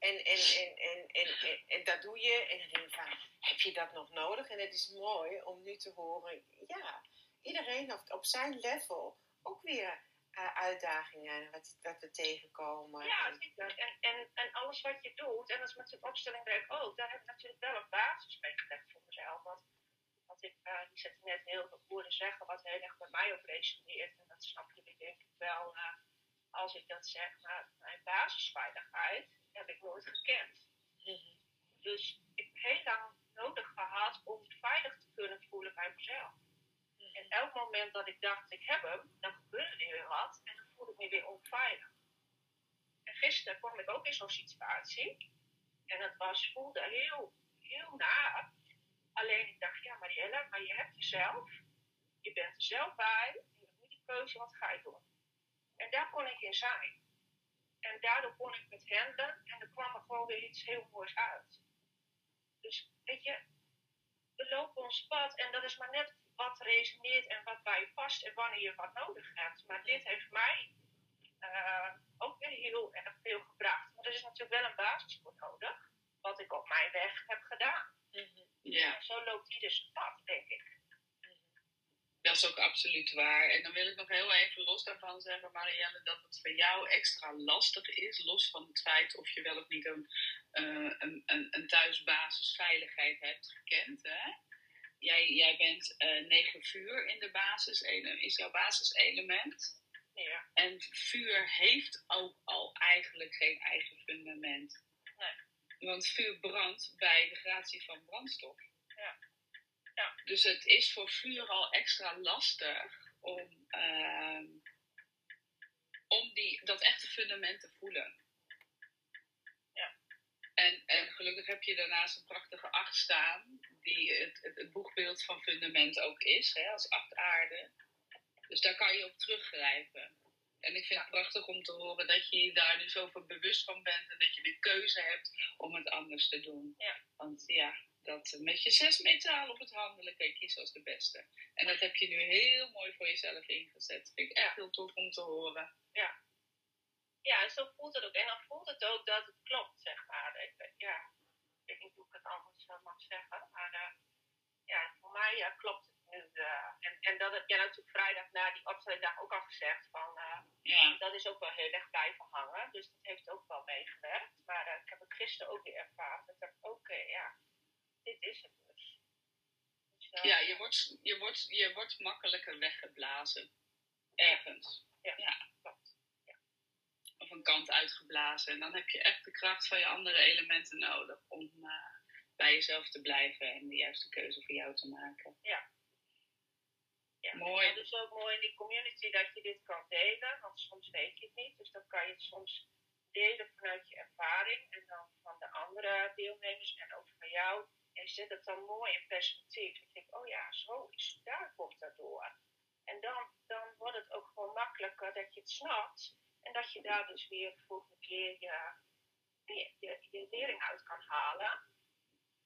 En dat doe je. En dan denk je van, heb je dat nog nodig? En het is mooi om nu te horen. Ja, iedereen heeft op zijn level ook weer uitdagingen dat we tegenkomen. Ja, zeker. En alles wat je doet, en dat is met zo'n opstellingwerk ook, daar heb ik natuurlijk wel een basis mee gelegd voor mezelf. Want ik zet net heel veel woorden zeggen wat heel erg bij mij op resoneert. En dat snap jullie denk ik wel als ik dat zeg. Maar mijn basisveiligheid heb ik nooit gekend. Mm-hmm. Dus ik heb heel lang nodig gehad om veilig te kunnen voelen bij mezelf. En elk moment dat ik dacht, ik heb hem, dan gebeurde er weer wat en dan voelde ik me weer onveilig. En gisteren kwam ik ook in zo'n situatie en het voelde heel naar. Alleen ik dacht, ja Marielle, maar je hebt jezelf, je bent er zelf bij, je hebt nu die keuze, wat ga je doen? En daar kon ik in zijn. En daardoor kon ik het handelen en er kwam er gewoon weer iets heel moois uit. Dus weet je, we lopen ons pad en dat is maar net wat resoneert en wat bij je past en wanneer je wat nodig hebt. Maar dit heeft mij ook weer heel erg veel gebracht. Maar er is natuurlijk wel een basis voor nodig, wat ik op mijn weg heb gedaan. Mm-hmm. Ja. En zo loopt ieder zijn pad, denk ik. Dat is ook absoluut waar. En dan wil ik nog heel even los daarvan zeggen, Marielle, dat het voor jou extra lastig is, los van het feit of je wel of niet een thuisbasisveiligheid hebt gekend. Hè? Jij bent 9 vuur in de basis, is jouw basiselement. Ja. En vuur heeft ook al eigenlijk geen eigen fundament. Nee. Want vuur brandt bij de gratie van brandstof. Ja. Ja. Dus het is voor vuur al extra lastig om dat echte fundament te voelen. Ja. En gelukkig heb je daarnaast een prachtige 8 staan, die het boegbeeld van fundament ook is, hè, als 8 aarde. Dus daar kan je op teruggrijpen. En ik vind het prachtig om te horen dat je je daar nu zo van bewust van bent en dat je de keuze hebt om het anders te doen. Ja. Want ja, dat met je 6 metaal op het handelen kan je kiezen als de beste. En dat heb je nu heel mooi voor jezelf ingezet. Dat vind ik echt heel tof om te horen. Ja. Ja, en zo voelt het ook. En dan voelt het ook dat het klopt, zeg maar. Ik weet niet hoe ik het anders mag zeggen. Maar voor mij klopt het nu. En dat heb jij natuurlijk vrijdag na die opstellingdag ook al gezegd. Dat is ook wel heel erg blijven hangen. Dus dat heeft ook wel meegewerkt. Maar ik heb het gisteren ook weer ervaren. Ik dacht, dit is het dus. Ja, je wordt makkelijker weggeblazen. Ergens. Ja. Klopt. Ja. Of een kant uitgeblazen. En dan heb je echt de kracht van je andere elementen nodig om bij jezelf te blijven en de juiste keuze voor jou te maken. Ja. Mooi. Het is ook mooi in die community dat je dit kan delen, want soms weet je het niet. Dus dan kan je het soms delen vanuit je ervaring en dan van de andere deelnemers en ook van jou. En je zet het dan mooi in perspectief. Ik denk, oh ja, zo is het, daar komt dat door. En dan wordt het ook gewoon makkelijker dat je het snapt en dat je daar dus weer de volgende keer je lering uit kan halen. En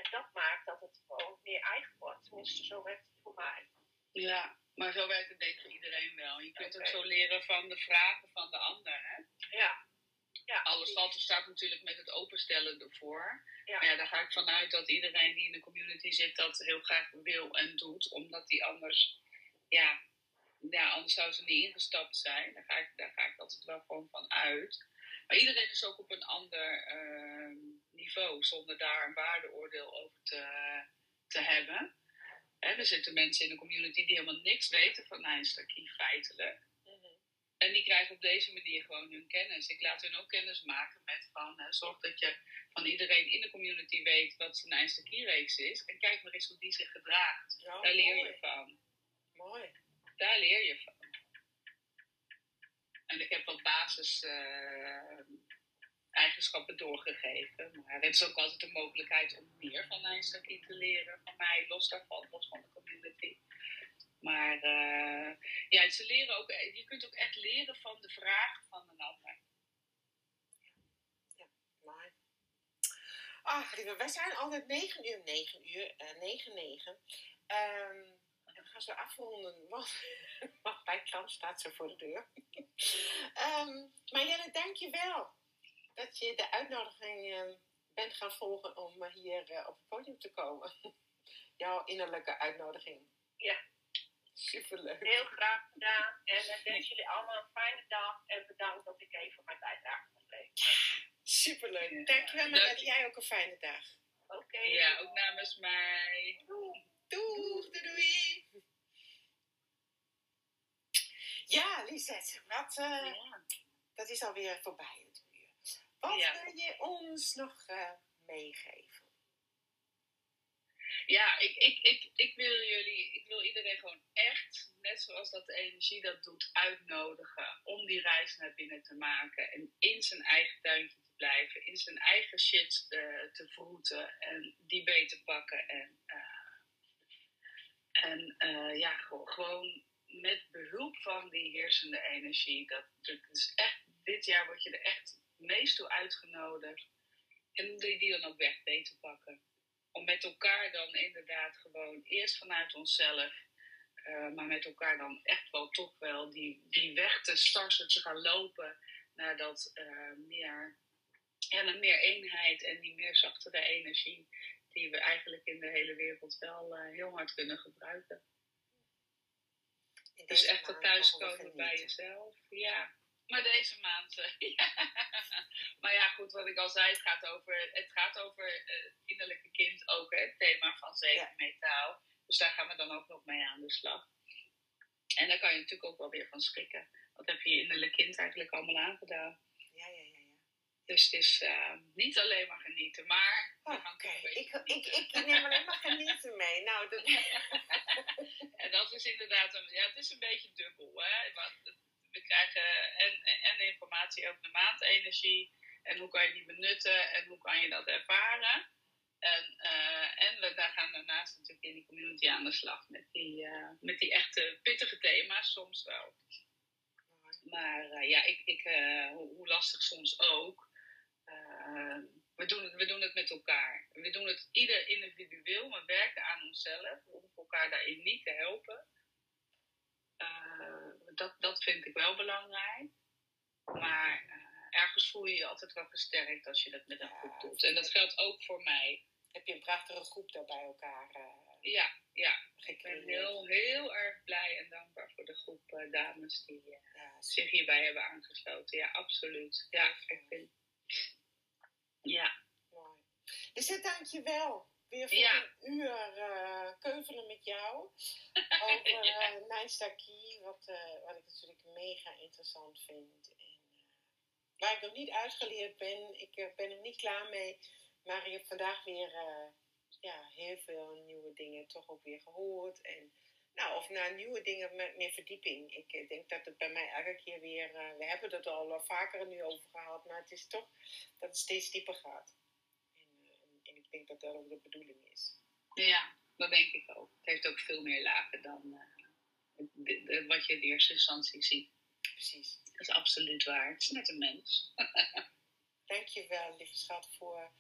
dat maakt dat het gewoon meer eigen wordt. Tenminste, zo werkt het voor mij. Ja, maar zo werkt het denk ik voor iedereen wel. Je kunt ook Oké. zo leren van de vragen van de ander, hè? Ja. Alles valt of staat natuurlijk met het openstellen ervoor. Ja. Maar ja, daar ga ik vanuit dat iedereen die in de community zit dat heel graag wil en doet. Omdat die anders, anders zou ze niet ingestapt zijn. Daar ga ik altijd wel gewoon van uit. Maar iedereen is ook op een ander niveau, zonder daar een waardeoordeel over te hebben. Hè, er zitten mensen in de community die helemaal niks weten van Nijnstarkie, feitelijk. En die krijgen op deze manier gewoon hun kennis. Ik laat hun ook kennis maken met van, zorg dat je van iedereen in de community weet wat zijn Nijnstarkie-reeks is. En kijk maar eens hoe die zich gedraagt. Ja, Daar leer mooi. je van. Mooi. Daar leer je van. En ik heb wat basis eigenschappen doorgegeven. Maar het is ook altijd de mogelijkheid om meer van Nijnstarkie te leren. Van mij, los daarvan, los van de community. Maar ze leren ook, je kunt ook echt leren van de vraag van een ander. Ja, mooi. Ach, lieve, wij zijn altijd 9 uur. En we gaan zo afronden, want mijn klant staat zo voor de deur. Maar Jelle, dank je wel dat je de uitnodiging bent gaan volgen om hier op het podium te komen. Jouw innerlijke uitnodiging. Ja. Superleuk. Heel graag gedaan. En ik wens jullie allemaal een fijne dag. En bedankt dat ik even mijn bijdrage mocht leveren. Superleuk. Ja. Dankjewel, Marlette. Jij ook een fijne dag. Oké. Ja, ook namens mij. Doeg, doei. Ja, Lisette, dat is alweer voorbij het uur. Wat wil je ons nog meegeven? Ja, ik wil iedereen gewoon echt, net zoals dat de energie dat doet, uitnodigen om die reis naar binnen te maken. En in zijn eigen tuintje te blijven, in zijn eigen shit te vroeten en die beet te pakken. Gewoon met behulp van die heersende energie. Dat is echt, dit jaar word je er echt meest toe uitgenodigd. En die dan ook weg weet te pakken. Om met elkaar dan inderdaad gewoon eerst vanuit onszelf, maar met elkaar dan echt wel toch wel die weg te starten, te gaan lopen naar dat meer eenheid en die meer zachtere energie die we eigenlijk in de hele wereld wel heel hard kunnen gebruiken. Dus echt dat thuiskomen bij jezelf. Ja, maar deze maand. Maar ja, goed, wat ik al zei, het gaat over het innerlijke kind ook, hè, het thema van zevenmetaal. Dus daar gaan we dan ook nog mee aan de slag. En daar kan je natuurlijk ook wel weer van schrikken. Wat heb je innerlijk kind eigenlijk allemaal aangedaan? Ja. Dus het is niet alleen maar genieten, maar... Oké, ik neem alleen maar genieten mee. Nou, En dat is inderdaad, het is een beetje dubbel, hè. We krijgen en informatie over de maandenergie. En hoe kan je die benutten en hoe kan je dat ervaren. En we gaan daarnaast natuurlijk in die community aan de slag met die echte pittige thema's soms wel. Maar hoe lastig soms ook. We doen het met elkaar. We doen het ieder individueel, maar werken aan onszelf. Om elkaar daarin niet te helpen. Dat vind ik wel belangrijk. Maar ergens voel je je altijd wel versterkt als je dat met een groep doet. En dat geldt ook voor mij. Heb je een prachtige groep daar bij elkaar Ja. Ik ben heel, heel erg blij en dankbaar voor de groep dames die zich hierbij hebben aangesloten. Ja, absoluut. Ja, ik vind... Ja. Mooi. Dus dank je wel. Weer voor een uur keuvelen met jou. Over Nijnstarkie. Wat ik natuurlijk mega interessant vind. En waar ik nog niet uitgeleerd ben. Ik ben er niet klaar mee. Maar ik heb vandaag weer heel veel nieuwe dingen toch ook weer gehoord. En of naar nieuwe dingen met meer verdieping. Ik denk dat het bij mij elke keer weer... we hebben het al vaker nu over gehad. Maar het is toch dat het steeds dieper gaat. En ik denk dat dat ook de bedoeling is. Ja, dat denk ik ook. Het heeft ook veel meer lagen dan wat je in eerste instantie ziet. Precies. Dat is absoluut waar. Het is net een mens. Dankjewel, lieve schat, voor